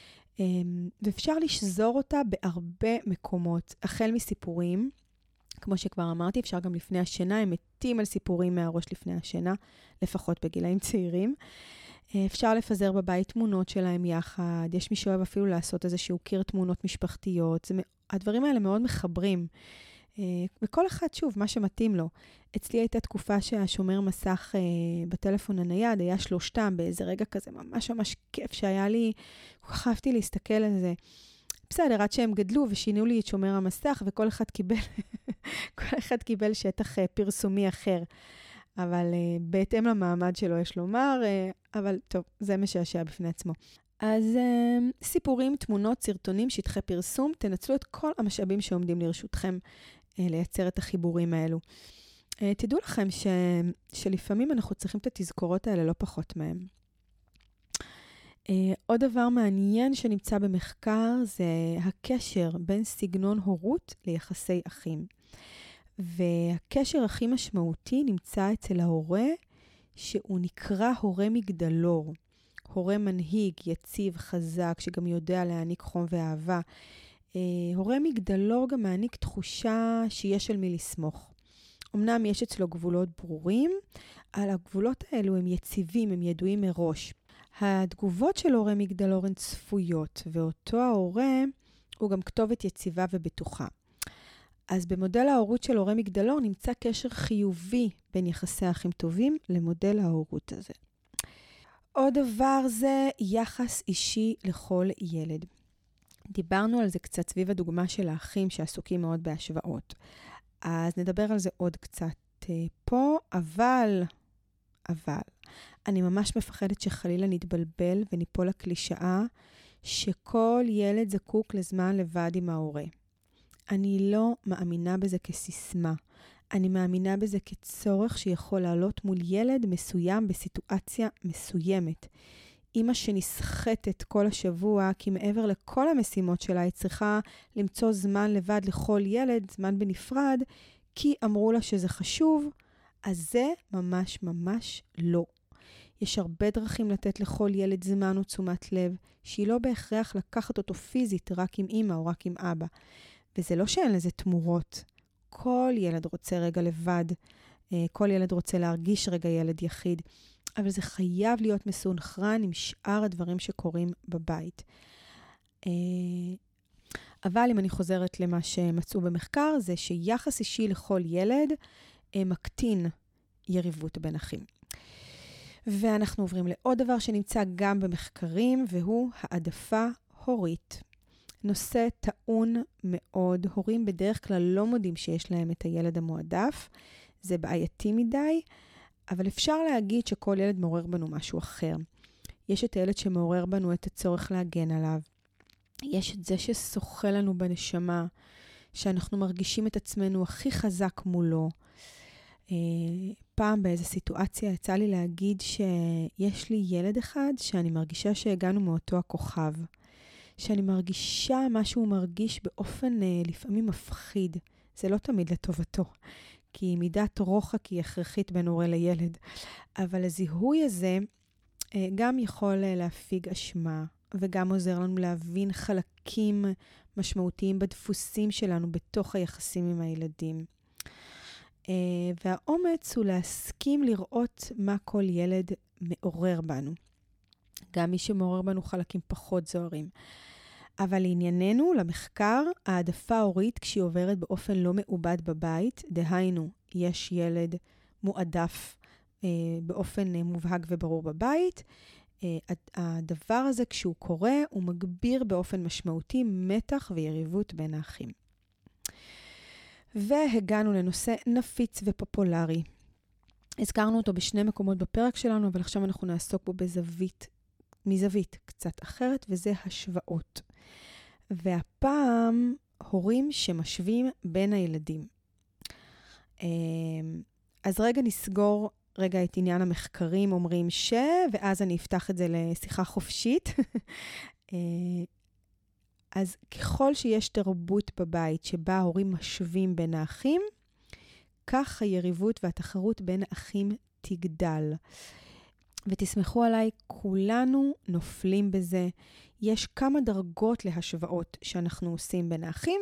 ואפשר לשזור אותה בהרבה מקומות. החל מסיפורים, כמו שכבר אמרתי, אפשר גם לפני השינה, הם מתים על סיפורים מהראש לפני השינה, לפחות בגילאים צעירים. אפשר לפזר בבית תמונות שלהם יחד, יש מי שאוהב אפילו לעשות איזשהו קיר תמונות משפחתיות, הדברים האלה מאוד מחברים. וכל אחד, שוב, מה שמתאים לו. אצלי הייתה תקופה שהשומר מסך בטלפון הנייד, היה שלושתם באיזה רגע כזה ממש ממש כיף שהיה לי, כל כך אהבתי להסתכל על זה. בסדר, עד שהם גדלו ושינו לי את שומר המסך, וכל אחד קיבל, כל אחד קיבל שטח פרסומי אחר. אבל בהתאם למעמד שלו יש לומר, אבל טוב, זה משעשע בפני עצמו. אז סיפורים, תמונות, סרטונים, שטחי פרסום, תנצלו את כל המשאבים שעומדים לרשותכם לייצר את החיבורים האלו. תדעו לכם שלפעמים אנחנו צריכים את התזכורות האלה לא פחות מהם. עוד דבר מעניין שנמצא במחקר זה הקשר בין סגנון הורות ליחסי אחים. והקשר הכי משמעותי נמצא אצל ההורה שהוא נקרא הורה מגדלור. הורה מנהיג, יציב, חזק, שגם יודע להעניק חום ואהבה. הורה מגדלור גם מעניק תחושה שיש על מי לסמוך. אמנם יש אצלו גבולות ברורים, על הגבולות האלו הם יציבים, הם ידועים מראש. התגובות של הורה מגדלור הן צפויות, ואותו ההורה הוא גם כתובת יציבה ובטוחה. אז במודל ההורות של הורה מגדלור נמצא קשר חיובי בין יחסי אחים טובים למודל ההורות הזה. עוד דבר זה יחס אישי לכל ילד. דיברנו על זה קצת סביב הדוגמה של האחים שעסוקים מאוד בהשוואות. אז נדבר על זה עוד קצת פה, אבל אני ממש מפחדת שחלילה נתבלבל וניפול לקלישאה שכל ילד זקוק לזמן לבד עם ההורה. אני לא מאמינה בזה כסיסמה. אני מאמינה בזה כצורך שיכול לעלות מול ילד מסוים בסיטואציה מסוימת. אמא שנסחטת כל השבוע, כי מעבר לכל המשימות שלה, היא צריכה למצוא זמן לבד לכל ילד, זמן בנפרד, כי אמרו לה שזה חשוב, אז זה ממש ממש לא. יש הרבה דרכים לתת לכל ילד זמן ותשומת לב, שהיא לא בהכרח לקחת אותו פיזית רק עם אמא או רק עם אבא. וזה לא שאין לזה תמורות. כל ילד רוצה רגע לבד, כל ילד רוצה להרגיש רגע ילד יחיד, אבל זה חייב להיות מסונכרן עם שאר הדברים שקורים בבית. אבל אם אני חוזרת למה שמצאו במחקר, זה שיחס אישי לכל ילד מקטין יריבות בין אחים. ואנחנו עוברים לעוד דבר שנמצא גם במחקרים, והוא העדפה הורית. נושא טעון מאוד. הורים בדרך כלל לא מודים שיש להם את הילד המועדף. זה בעייתי מדי, אבל אפשר להגיד שכל ילד מעורר בנו משהו אחר. יש את הילד שמעורר בנו את הצורך להגן עליו. יש את זה ששוחה לנו בנשמה, שאנחנו מרגישים את עצמנו הכי חזק מולו. פעם באיזו סיטואציה יצא לי להגיד שיש לי ילד אחד שאני מרגישה שהגענו מאותו הכוכב. שאני מרגישה מה שהוא מרגיש באופן לפעמים מפחיד. זה לא תמיד לטובתו, כי מידת רוחק היא הכרחית בין הורה לילד. אבל הזיהוי הזה גם יכול להפיג אשמה, וגם עוזר לנו להבין חלקים משמעותיים בדפוסים שלנו בתוך היחסים עם הילדים. והאומץ הוא להסכים לראות מה כל ילד מעורר בנו. גם מי שמעורר בנו חלקים פחות זוהרים. אבל לענייננו, למחקר, העדפה הורית כשהיא עוברת באופן לא מעובד בבית, דהיינו, יש ילד מועדף באופן מובהק וברור בבית, הדבר הזה כשהוא קורה, הוא מגביר באופן משמעותי מתח ויריבות בין האחים. והגענו לנושא נפיץ ופופולרי. הזכרנו אותו בשני מקומות בפרק שלנו, אבל עכשיו אנחנו נעסוק בו מזווית קצת אחרת, וזה השוואות. והפעם הורים שמשווים בין הילדים. אז רגע נסגור את עניין המחקרים, אומרים ואז אני אפתח את זה לשיחה חופשית. אז ככל שיש תרבות בבית שבה ההורים משווים בין האחים, כך היריבות והתחרות בין האחים תגדל. ותסמכו עליי, כולנו נופלים בזה. יש כמה דרגות להשוואות שאנחנו עושים בין האחים,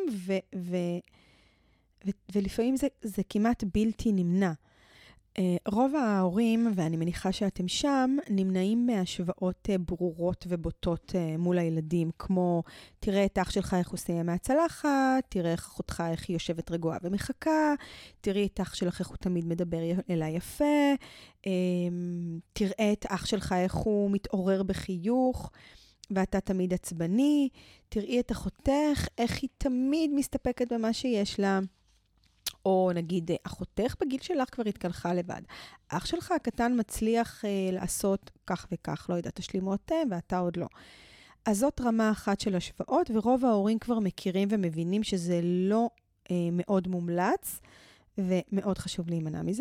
ולפעמים זה כמעט בלתי נמנע. רוב ההורים, ואני מניחה שאתם שם, נמנעים מהשוואות ברורות ובוטות מול הילדים, כמו תראה את אח שלך איך הוא סיים מהצלחת, תראה איך אחותך איך היא יושבת רגועה ומחכה, תראי את אח שלך איך הוא תמיד מדבר אליי יפה, תראה את אח שלך איך הוא מתעורר בחיוך, ואתה תמיד עצבני, תראי את אחותך איך היא תמיד מסתפקת במה שיש לה, או נגיד, אחותך בגיל שלך כבר התקלחה לבד. אח שלך הקטן מצליח לעשות כך וכך, לא יודעת, תשלימו אתם ואתה עוד לא. אז זאת רמה אחת של השוואות, ורוב ההורים כבר מכירים ומבינים שזה לא מאוד מומלץ, ומאוד חשוב להימנע מזה.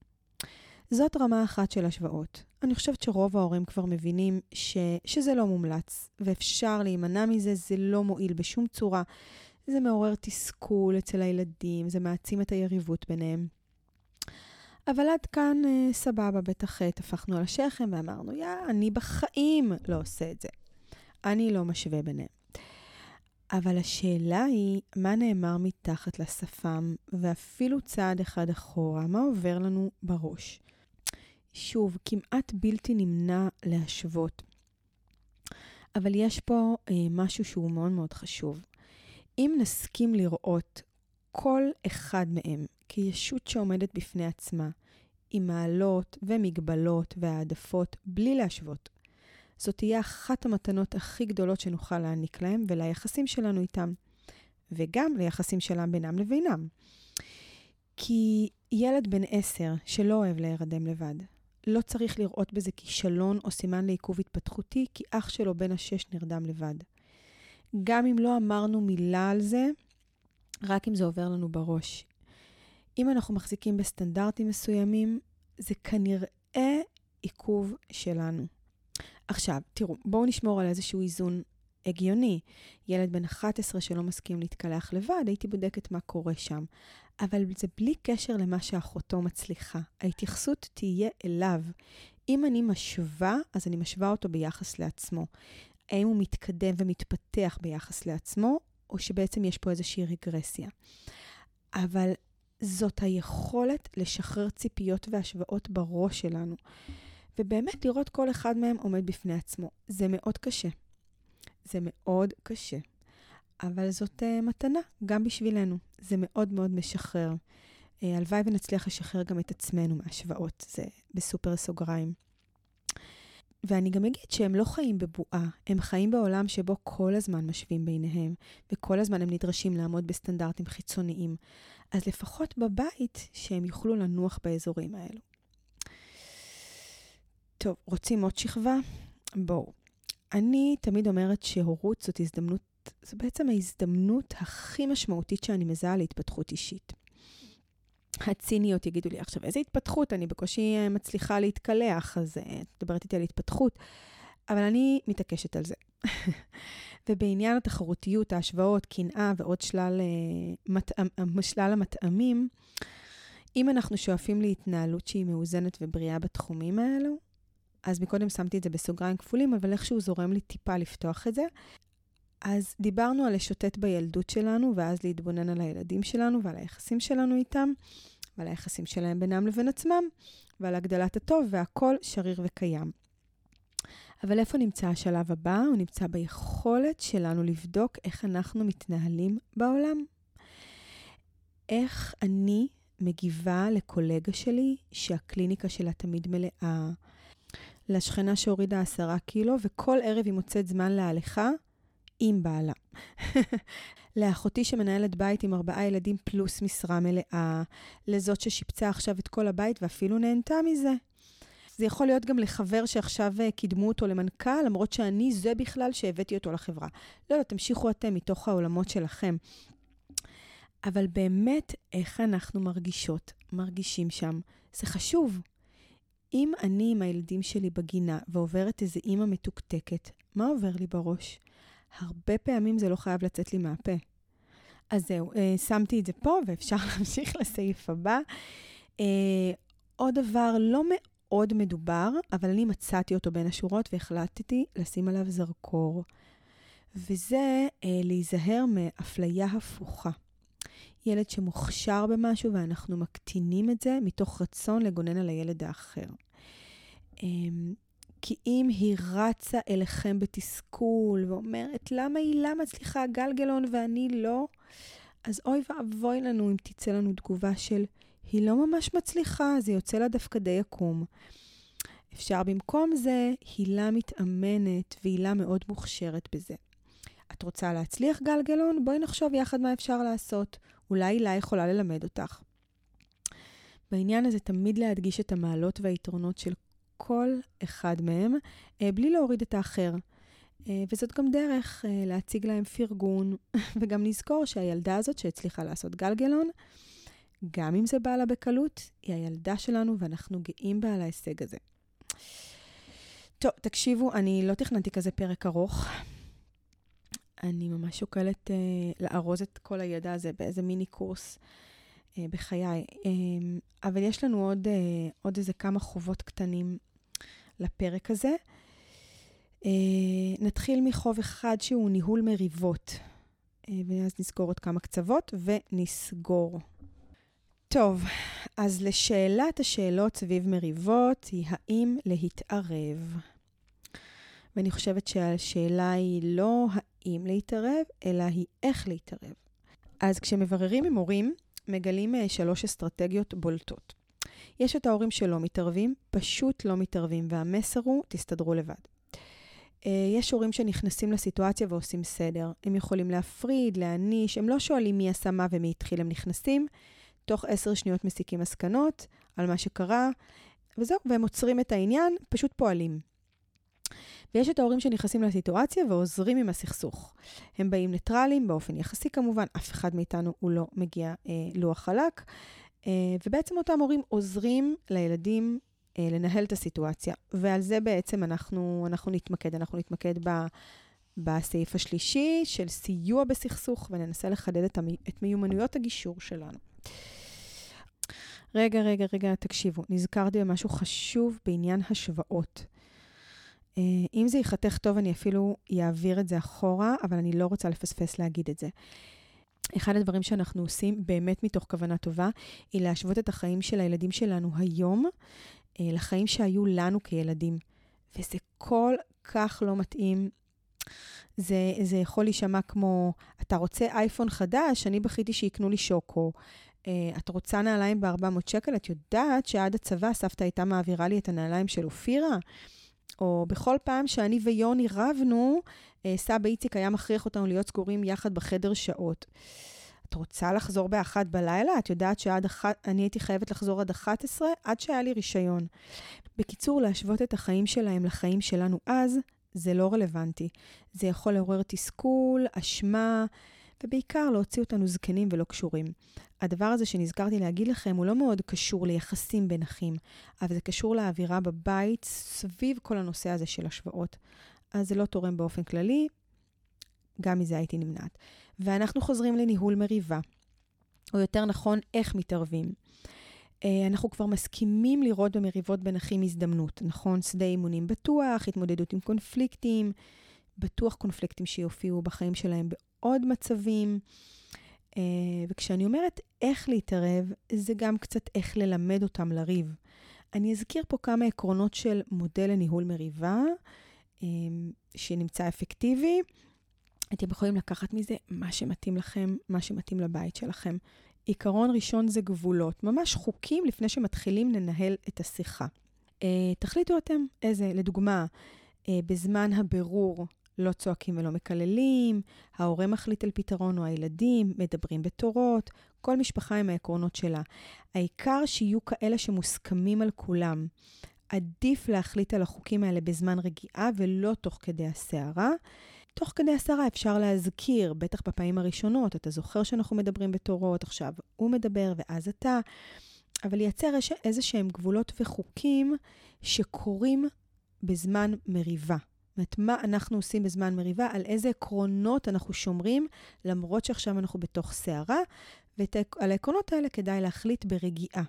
זאת רמה אחת של השוואות. אני חושבת שרוב ההורים כבר מבינים שזה לא מומלץ, ואפשר להימנע מזה, זה לא מועיל בשום צורה. זה מעורר תסכול אצל הילדים, זה מעצים את היריבות ביניהם. אבל עד כאן סבבה, בטח תפחנו על השכם ואמרנו, אני בחיים לא עושה את זה. אני לא משווה ביניהם. אבל השאלה היא, מה נאמר מתחת לשפם, ואפילו צעד אחד אחורה, מה עובר לנו בראש? שוב, כמעט בלתי נמנע להשוות. אבל יש פה משהו שהוא מאוד מאוד חשוב. אם נסכים לראות כל אחד מהם כישות שעומדת בפני עצמה, עם מעלות ומגבלות והעדפות, בלי להשוות, זאת תהיה אחת המתנות הכי גדולות שנוכל להעניק להם וליחסים שלנו איתם, וגם ליחסים שלהם בינם לבינם. כי ילד בן 10 שלא אוהב להירדם לבד, לא צריך לראות בזה כישלון או סימן לעיכוב התפתחותי, כי אח שלו בן 6 נרדם לבד. גם אם לא אמרנו מילה על זה, רק אם זה עובר לנו בראש. אם אנחנו מחזיקים בסטנדרטים מסוימים, זה כנראה עיכוב שלנו. עכשיו, תראו, בואו נשמור על איזשהו איזון הגיוני. ילד בן 11 שלא מסכים להתקלח לבד, הייתי בודקת מה קורה שם. אבל זה בלי קשר למה שאחותו מצליחה. ההתייחסות תהיה אליו. אם אני משווה, אז אני משווה אותו ביחס לעצמו. האם הוא מתקדם ומתפתח ביחס לעצמו, או שבעצם יש פה איזושהי רגרסיה. אבל זאת היכולת לשחרר ציפיות והשוואות בראש שלנו. ובאמת לראות כל אחד מהם עומד בפני עצמו. זה מאוד קשה. זה מאוד קשה. אבל זאת מתנה, גם בשבילנו. זה מאוד מאוד משחרר. הלוואי ונצליח לשחרר גם את עצמנו מהשוואות. זה בסופר סוגריים. ואני גם אגיד שהם לא חיים בבועה. הם חיים בעולם שבו כל הזמן משווים ביניהם, וכל הזמן הם נדרשים לעמוד בסטנדרטים חיצוניים. אז לפחות בבית שהם יוכלו לנוח באזורים האלו. טוב, רוצים עוד שכבה? בואו. אני תמיד אומרת שהורות זאת הזדמנות, זו בעצם ההזדמנות הכי משמעותית שאני מזהה להתפתחות אישית. הציניות יגידו לי עכשיו, איזה התפתחות? אני בקושי מצליחה להתקלח, אז תדברת איתי על התפתחות, אבל אני מתעקשת על זה. ובעניין התחרותיות, ההשוואות, קנאה ועוד שלל המטעמים, אם אנחנו שואפים להתנהלות שהיא מאוזנת ובריאה בתחומים האלו, אז מקודם שמתי את זה בסוגריים כפולים, אבל איכשהו זורם לי טיפה לפתוח את זה. אז דיברנו על לשוטט בילדות שלנו, ואז להתבונן על הילדים שלנו ועל היחסים שלנו איתם, ועל היחסים שלהם בינם לבין עצמם, ועל הגדלת הטוב, והכל שריר וקיים. אבל איפה נמצא השלב הבא? הוא נמצא ביכולת שלנו לבדוק איך אנחנו מתנהלים בעולם. איך אני מגיבה לקולגה שלי שהקליניקה שלה תמיד מלאה, לשכנה שהורידה 10 קילו, וכל ערב היא מוצאת זמן להליכה עם בעלה. לאחותי שמנהלת בית עם 4 ילדים פלוס משרה מלאה, לזאת ששיפצה עכשיו את כל הבית ואפילו נהנתה מזה. זה יכול להיות גם לחבר שעכשיו קידמו אותו למנכ"ל, למרות שאני זה בכלל שהבאתי אותו לחברה. לא, תמשיכו אתם מתוך העולמות שלכם. אבל באמת, איך אנחנו מרגישים שם? זה חשוב. אם אני עם הילדים שלי בגינה ועוברת איזו אימא מתוקתקת, מה עובר לי בראש? הרבה פעמים זה לא חייב לצאת לי מהפה. אז זהו, שמתי את זה פה ואפשר להמשיך לסעיף הבא. עוד דבר לא מאוד מדובר, אבל אני מצאתי אותו בין השורות והחלטתי לשים עליו זרקור. וזה להיזהר מאפליה הפוכה. ילד שמוכשר במשהו ואנחנו מקטינים את זה מתוך רצון לגונן על הילד האחר. כי אם היא רצה אליכם בתסכול ואומרת, למה היא מצליחה גלגלון ואני לא? אז אוי ואבוי לנו אם תצא לנו תגובה של, היא לא ממש מצליחה, זה יוצא לה דווקא די יקום. אפשר במקום זה, הילה מתאמנת והילה מאוד מוכשרת בזה. את רוצה להצליח גלגלון? בואי נחשוב יחד מה אפשר לעשות. אולי הילה יכולה ללמד אותך. בעניין הזה תמיד להדגיש את המעלות והיתרונות של כל אחד מהם, בלי להוריד את האחר. וזאת גם דרך להציג להם פרגון, וגם נזכור שהילדה הזאת שהצליחה לעשות גלגלון, גם אם זה בא לה בקלות, היא הילדה שלנו ואנחנו גאים בה על ההישג הזה. טוב, תקשיבו, אני לא תכננתי כזה פרק ארוך. אני ממש שוקלת לארוז את כל הידע הזה באיזה מיני קורס בחיי. אבל יש לנו עוד איזה כמה חובות קטנים לפרק הזה. נתחיל מחוב אחד שהוא ניהול מריבות. ואז נסגור עוד כמה קצוות ונסגור. טוב, אז לשאלת השאלות סביב מריבות היא האם להתערב. ואני חושבת שהשאלה היא לא האם להתערב, אלא היא איך להתערב. אז כשמבררים עם הורים, מגלים 3 אסטרטגיות בולטות. יש את ההורים שלא מתערבים, פשוט לא מתערבים, והמסר הוא, תסתדרו לבד. יש הורים שנכנסים לסיטואציה ועושים סדר. הם יכולים להפריד, להעניש, הם לא שואלים מי עשה מה ומי התחיל, הם נכנסים, תוך 10 שניות מסיקים מסקנות על מה שקרה, וזהו, והם עוצרים את העניין, פשוט פועלים. ויש את ההורים שנכנסים לסיטואציה ועוזרים עם הסכסוך. הם באים ניטרלים, באופן יחסי כמובן, אף אחד מאיתנו הוא לא מגיע לוח חלק, ובעצם אותם הורים עוזרים לילדים לנהל את הסיטואציה, ועל זה בעצם אנחנו נתמקד. אנחנו נתמקד בסעיף השלישי של סיוע בסכסוך, וננסה לחדד את מיומנויות הגישור שלנו. רגע, תקשיבו. נזכרתי במשהו חשוב בעניין השוואות. אם זה יחתך טוב, אני אפילו אעביר את זה אחורה, אבל אני לא רוצה לפספס להגיד את זה. אחד הדברים שאנחנו עושים, באמת מתוך כוונה טובה, היא להשוות את החיים של הילדים שלנו היום, לחיים שהיו לנו כילדים. וזה כל כך לא מתאים. זה יכול להישמע כמו, אתה רוצה אייפון חדש, אני בכיתי שיקנו לי שוקו. את רוצה נעליים ב-400 שקל, את יודעת שעד הצבא סבתא הייתה מעבירה לי את הנעליים של אופירה, או בכל פעם שאני ויוני רבנו, סבא איציק היה מכריח אותנו להיות סגורים יחד בחדר שעות. את רוצה לחזור ב-1 בלילה? את יודעת שאני הייתי חייבת לחזור עד 11, עד שהיה לי רישיון. בקיצור, להשוות את החיים שלהם לחיים שלנו אז, זה לא רלוונטי. זה יכול לעורר תסכול, אשמה, ובעיקר להוציא אותנו זקנים ולא קשורים. הדבר הזה שנזכרתי להגיד לכם הוא לא מאוד קשור ליחסים בין אחים, אבל זה קשור לאווירה בבית סביב כל הנושא הזה של השוואות. אז זה לא תורם באופן כללי, גם מזה הייתי נמנעת. ואנחנו חוזרים לניהול מריבה, או יותר נכון, איך מתערבים. אנחנו כבר מסכימים לראות במריבות בין אחים הזדמנות, נכון? שדה אימונים בטוח, התמודדות עם קונפליקטים, בטוח קונפליקטים שיופיעו בחיים שלהם בעוד מצבים, וכשאני אומרת איך להתערב, זה גם קצת איך ללמד אותם לריב. אני אזכיר פה כמה עקרונות של מודל לניהול מריבה, שנמצא אפקטיבי. אתם יכולים לקחת מזה מה שמתאים לכם, מה שמתאים לבית שלכם. עיקרון ראשון זה גבולות, ממש חוקים לפני שמתחילים לנהל את השיחה. תחליטו אתם איזה, לדוגמה, בזמן הבירור לא צועקים ולא מקללים, ההורה מחליט על פתרון או הילדים, מדברים בתורות, כל משפחה עם העקרונות שלה. העיקר שיהיו כאלה שמוסכמים על כולם. עדיף להחליט על החוקים האלה בזמן רגיעה ולא תוך כדי הסערה. תוך כדי הסערה אפשר להזכיר, בטח בפעמים הראשונות, אתה זוכר שאנחנו מדברים בתורות, עכשיו הוא מדבר ואז אתה, אבל לייצר איזה שהם גבולות וחוקים שקורים בזמן מריבה. זאת אומרת, מה אנחנו עושים בזמן מריבה, על איזה עקרונות אנחנו שומרים, למרות שעכשיו אנחנו בתוך סערה, ועל העקרונות האלה כדאי להחליט ברגיעה.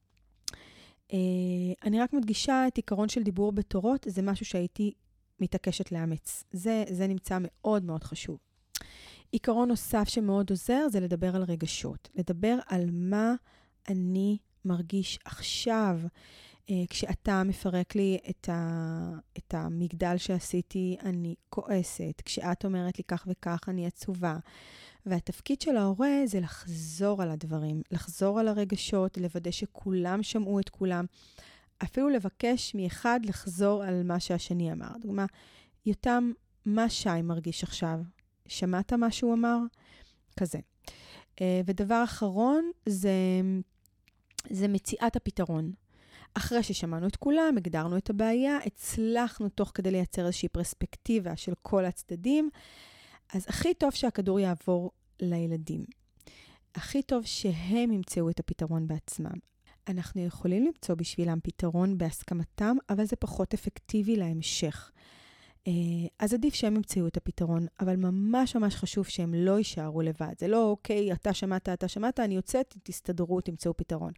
אני רק מדגישה את עיקרון של דיבור בתורות, זה משהו שהייתי מתעקשת לאמץ. זה נמצא מאוד מאוד חשוב. עיקרון נוסף שמאוד עוזר, זה לדבר על רגשות. לדבר על מה אני מרגיש עכשיו, כשאתה מפרק לי את המגדל שעשיתי, אני כועסת. כשאת אומרת לי כך וכך, אני עצובה. והתפקיד של ההורה זה לחזור על הדברים, לחזור על הרגשות, לוודא שכולם שמעו את כולם. אפילו לבקש מאחד לחזור על מה שהשני אמר. דוגמה, יותם, מה שי מרגיש עכשיו? שמעת מה שהוא אמר? כזה. ודבר אחרון זה זה מציאת הפתרון. אחרי ששמענו את כולם, הגדרנו את הבעיה, הצלחנו תוך כדי לייצר איזושהי פרספקטיבה של כל הצדדים, אז הכי טוב שהכדור יעבור לילדים. הכי טוב שהם ימצאו את הפתרון בעצמם. אנחנו יכולים למצוא בשבילם פתרון בהסכמתם, אבל זה פחות אפקטיבי להמשך. אז עדיף שהם ימצאו את הפתרון, אבל ממש ממש חשוב שהם לא יישארו לבד. זה לא, אוקיי, אתה שמעת, אני יוצאת, תסתדרו, תמצאו פתרון.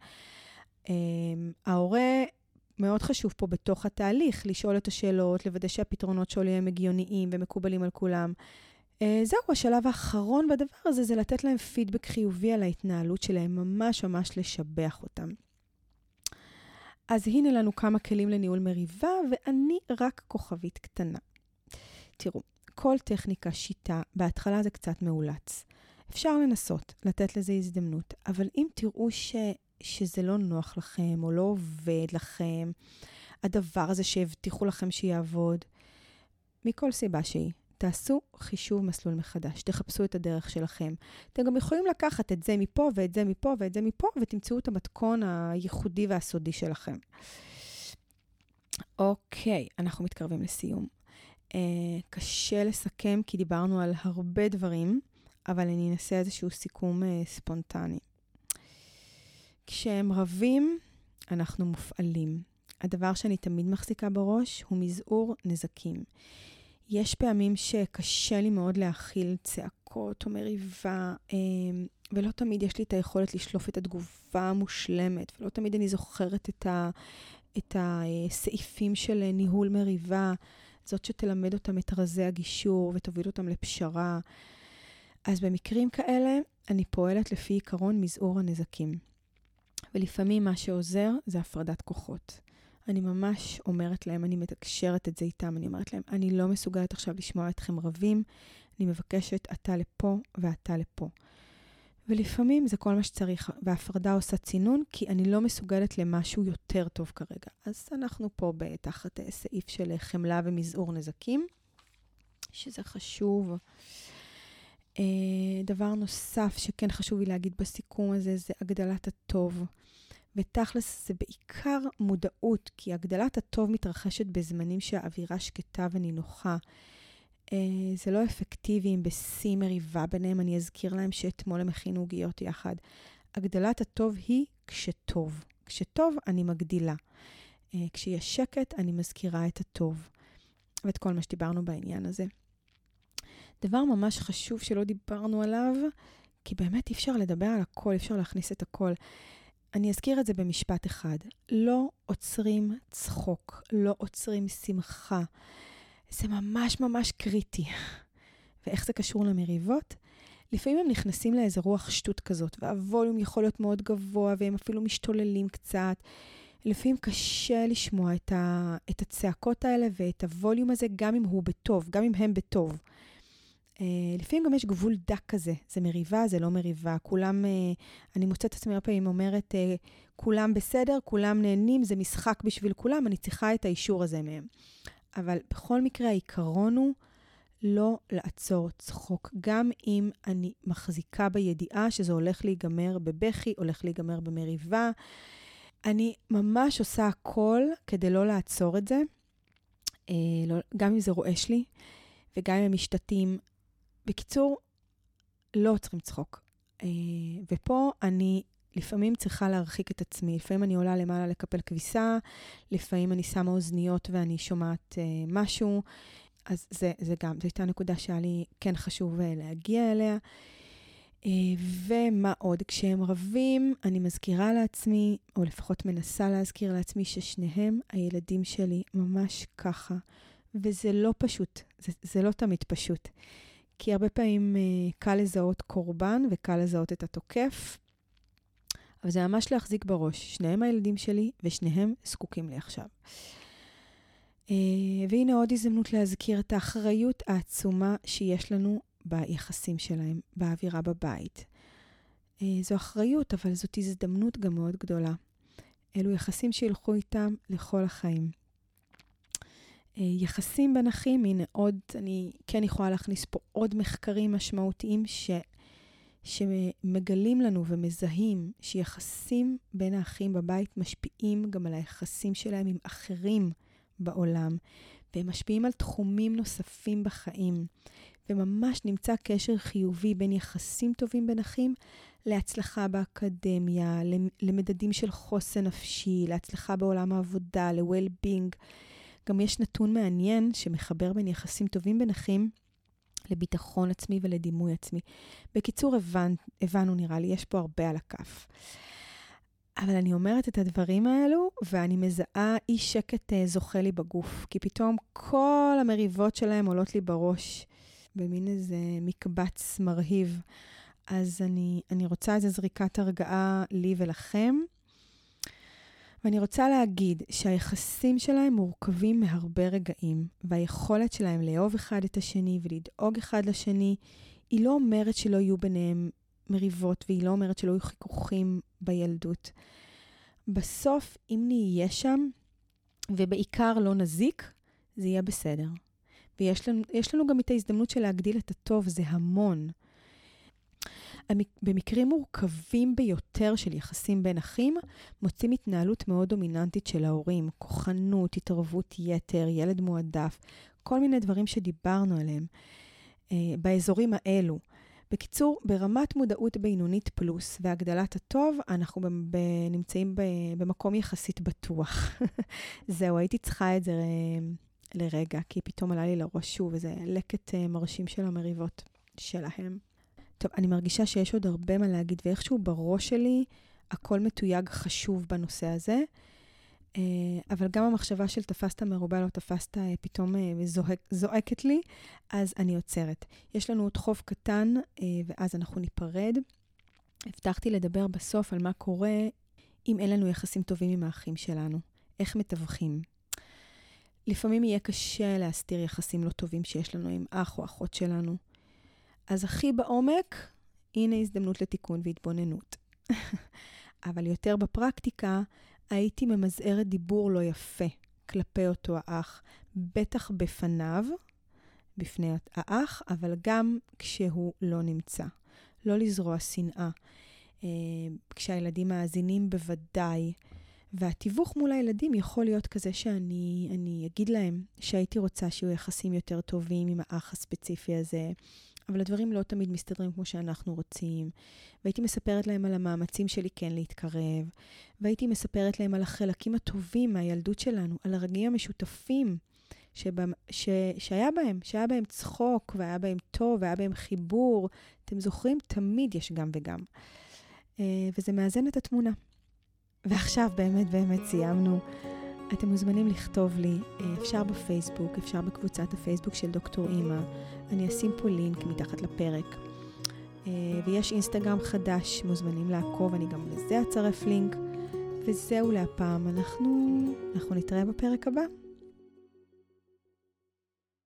ההורה מאוד חשוב פה בתוך התהליך, לשאול את השאלות, לוודא שהפתרונות שלו הם הגיוניים ומקובלים על כולם. זהו, השלב האחרון בדבר הזה, זה לתת להם פידבק חיובי על ההתנהלות שלהם, ממש ממש לשבח אותם. אז הנה לנו כמה כלים לניהול מריבה, ואני רק כוכבית קטנה. תראו, כל טכניקה, שיטה, בהתחלה זה קצת מאולץ. אפשר לנסות, לתת לזה הזדמנות, אבל אם תראו שזה לא נוח לכם, או לא עובד לכם, הדבר הזה שהבטיחו לכם שיעבוד, מכל סיבה שהיא, תעשו חישוב מסלול מחדש, תחפשו את הדרך שלכם. אתם גם יכולים לקחת את זה מפה, ואת זה מפה, ואת זה מפה, ותמצאו את המתכון הייחודי והסודי שלכם. אוקיי, אנחנו מתקרבים לסיום. קשה לסכם, כי דיברנו על הרבה דברים, אבל אני אנסה איזשהו סיכום ספונטני. כשהם רבים, אנחנו מופעלים. הדבר שאני תמיד מחזיקה בראש הוא מזעור נזקים. יש פעמים שקשה לי מאוד להכיל צעקות או מריבה, ולא תמיד יש לי את היכולת לשלוף את התגובה המושלמת, ולא תמיד אני זוכרת את הסעיפים של ניהול מריבה, זאת שתלמד אותם את רזי הגישור ותוביל אותם לפשרה. אז במקרים כאלה אני פועלת לפי עיקרון מזעור הנזקים. ולפעמים מה שעוזר זה הפרדת כוחות. אני ממש אומרת להם, אני מתקשרת את זה איתם, אני אומרת להם, אני לא מסוגלת עכשיו לשמוע אתכם רבים, אני מבקשת, אתה לפה ואתה לפה. ולפעמים זה כל מה שצריך, וההפרדה עושה צינון, כי אני לא מסוגלת למשהו יותר טוב כרגע. אז אנחנו פה בתחת סעיף של חמלה ומזעור נזקים, שזה חשוב. דבר נוסף שכן חשוב לי להגיד בסיכום הזה, זה הגדלת הטוב. ותכלס זה בעיקר מודעות, כי הגדלת הטוב מתרחשת בזמנים שהאווירה שקטה ונינוחה. זה לא אפקטיבי אם בשיא מריבה ביניהם, אני אזכיר להם שאתמול הם הכינו עוגיות יחד. הגדלת הטוב היא כשטוב. כשטוב אני מגדילה. כשיש שקט אני מזכירה את הטוב. ואת כל מה שדיברנו בעניין הזה. דבר ממש חשוב שלא דיברנו עליו, כי באמת אי אפשר לדבר על הכל, אי אפשר להכניס את הכל. אני אזכיר את זה במשפט אחד. לא עוצרים צחוק, לא עוצרים שמחה. זה ממש ממש קריטי. ואיך זה קשור למריבות? לפעמים הם נכנסים לאיזה רוח שטות כזאת, והווליום יכול להיות מאוד גבוה, והם אפילו משתוללים קצת. לפעמים קשה לשמוע את הצעקות האלה ואת הווליום הזה, גם אם הוא בטוב, גם אם הם בטוב. לפעמים גם יש גבול דק כזה, זה מריבה, זה לא מריבה, כולם, אני מוצאת את עצמי הרבה פעמים אומרת, כולם בסדר, כולם נהנים, זה משחק בשביל כולם, אני צריכה את האישור הזה מהם. אבל בכל מקרה העיקרון הוא לא לעצור צחוק, גם אם אני מחזיקה בידיעה שזה הולך להיגמר בבכי, הולך להיגמר במריבה, אני ממש עושה הכל כדי לא לעצור את זה, גם אם זה רועש לי, וגם אם הם משתתים, בקיצור, לא עוצרים צחוק. ופה אני לפעמים צריכה להרחיק את עצמי. לפעמים אני עולה למעלה לקפל כביסה, לפעמים אני שמה אוזניות ואני שומעת משהו. אז זה גם, זו הייתה נקודה שהיה לי כן חשוב להגיע אליה. ומה עוד? כשהם רבים, אני מזכירה לעצמי, או לפחות מנסה להזכיר לעצמי, ששניהם, הילדים שלי, ממש ככה. וזה לא פשוט, זה לא תמיד פשוט. כי הרבה פעמים קל לזהות קורבן וקל לזהות את התוקף. אבל זה ממש להחזיק בראש. שניהם הילדים שלי ושניהם זקוקים לי עכשיו. והנה עוד הזדמנות להזכיר את האחריות העצומה שיש לנו ביחסים שלהם, באווירה בבית. זו אחריות, אבל זאת הזדמנות גם מאוד גדולה. אלו יחסים שילכו איתם לכל החיים. יחסים בין אחים, הנה עוד, אני כן יכולה להכניס פה עוד מחקרים משמעותיים שמגלים לנו ומזהים שיחסים בין האחים בבית משפיעים גם על היחסים שלהם עם אחרים בעולם, והם משפיעים על תחומים נוספים בחיים, וממש נמצא קשר חיובי בין יחסים טובים בין אחים להצלחה באקדמיה, למדדים של חוסן נפשי, להצלחה בעולם העבודה, ל-well-being. גם יש נתון מעניין שמחבר בין יחסים טובים בין אחים לביטחון עצמי ולדימוי עצמי. בקיצור, הבנו נראה לי, יש פה הרבה על הכף. אבל אני אומרת את הדברים האלו, ואני מזהה אי שקט זוכה לי בגוף, כי פתאום כל המריבות שלהם עולות לי בראש, במין איזה מקבץ מרהיב. אז אני רוצה איזו זריקת הרגעה לי ולכם, ואני רוצה להגיד שהיחסים שלהם מורכבים מהרבה רגעים, והיכולת שלהם לאהוב אחד את השני ולדאוג אחד לשני, היא לא אומרת שלא יהיו ביניהם מריבות, והיא לא אומרת שלא יהיו חיכוכים בילדות. בסוף, אם נהיה שם, ובעיקר לא נזיק, זה יהיה בסדר. ויש לנו גם את ההזדמנות של להגדיל את הטוב, זה המון. במקרים מורכבים ביותר של יחסים בין אחים, מוצאים התנהלות מאוד דומיננטית של ההורים, כוחנות, התערבות יתר, ילד מועדף, כל מיני דברים שדיברנו עליהם באזורים האלו. בקיצור, ברמת מודעות בינונית פלוס והגדלת הטוב, אנחנו נמצאים במקום יחסית בטוח. זהו, הייתי צריכה את זה לרגע, כי פתאום עלה לי לראש שוב, וזה לקט מרשים של המריבות שלהם. טוב, אני מרגישה שיש עוד הרבה מה להגיד, ואיכשהו בראש שלי הכל מתויג חשוב בנושא הזה, אבל גם המחשבה של תפסת מרובה לא תפסת פתאום זועקת לי, אז אני עוצרת. יש לנו עוד חוב קטן, ואז אנחנו ניפרד. הבטחתי לדבר בסוף על מה קורה אם אין לנו יחסים טובים עם האחים שלנו. איך מתווכים? לפעמים יהיה קשה להסתיר יחסים לא טובים שיש לנו עם אח או אחות שלנו. אז הכי בעומק, הנה הזדמנות לתיקון והתבוננות. אבל יותר בפרקטיקה, הייתי ממזערת דיבור לא יפה כלפי אותו האח, בטח בפניו, בפני האח, אבל גם כשהוא לא נמצא. לא לזרוע שנאה. כשהילדים מאזינים בוודאי, והתיווך מול הילדים יכול להיות כזה שאני אגיד להם שהייתי רוצה שיהיו יחסים יותר טובים עם האח הספציפי הזה, אבל הדברים לא תמיד מסתדרים כמו שאנחנו רוצים. והייתי מספרת להם על המאמצים שלי כן להתקרב, והייתי מספרת להם על החלקים הטובים מהילדות שלנו, על הרגעים המשותפים שהיה בהם צחוק, והיה בהם טוב, והיה בהם חיבור. אתם זוכרים? תמיד יש גם וגם. וזה מאזן את התמונה. ועכשיו באמת סיימנו. אתם מוזמנים לכתוב לי, אפשר בפייסבוק, אפשר בקבוצת הפייסבוק של דוקטור אימא. אני אשים פה לינק מתחת לפרק. ויש אינסטגרם חדש, מוזמנים לעקוב, אני גם לזה אצרף לינק. וזהו להפעם, אנחנו נתראה בפרק הבא.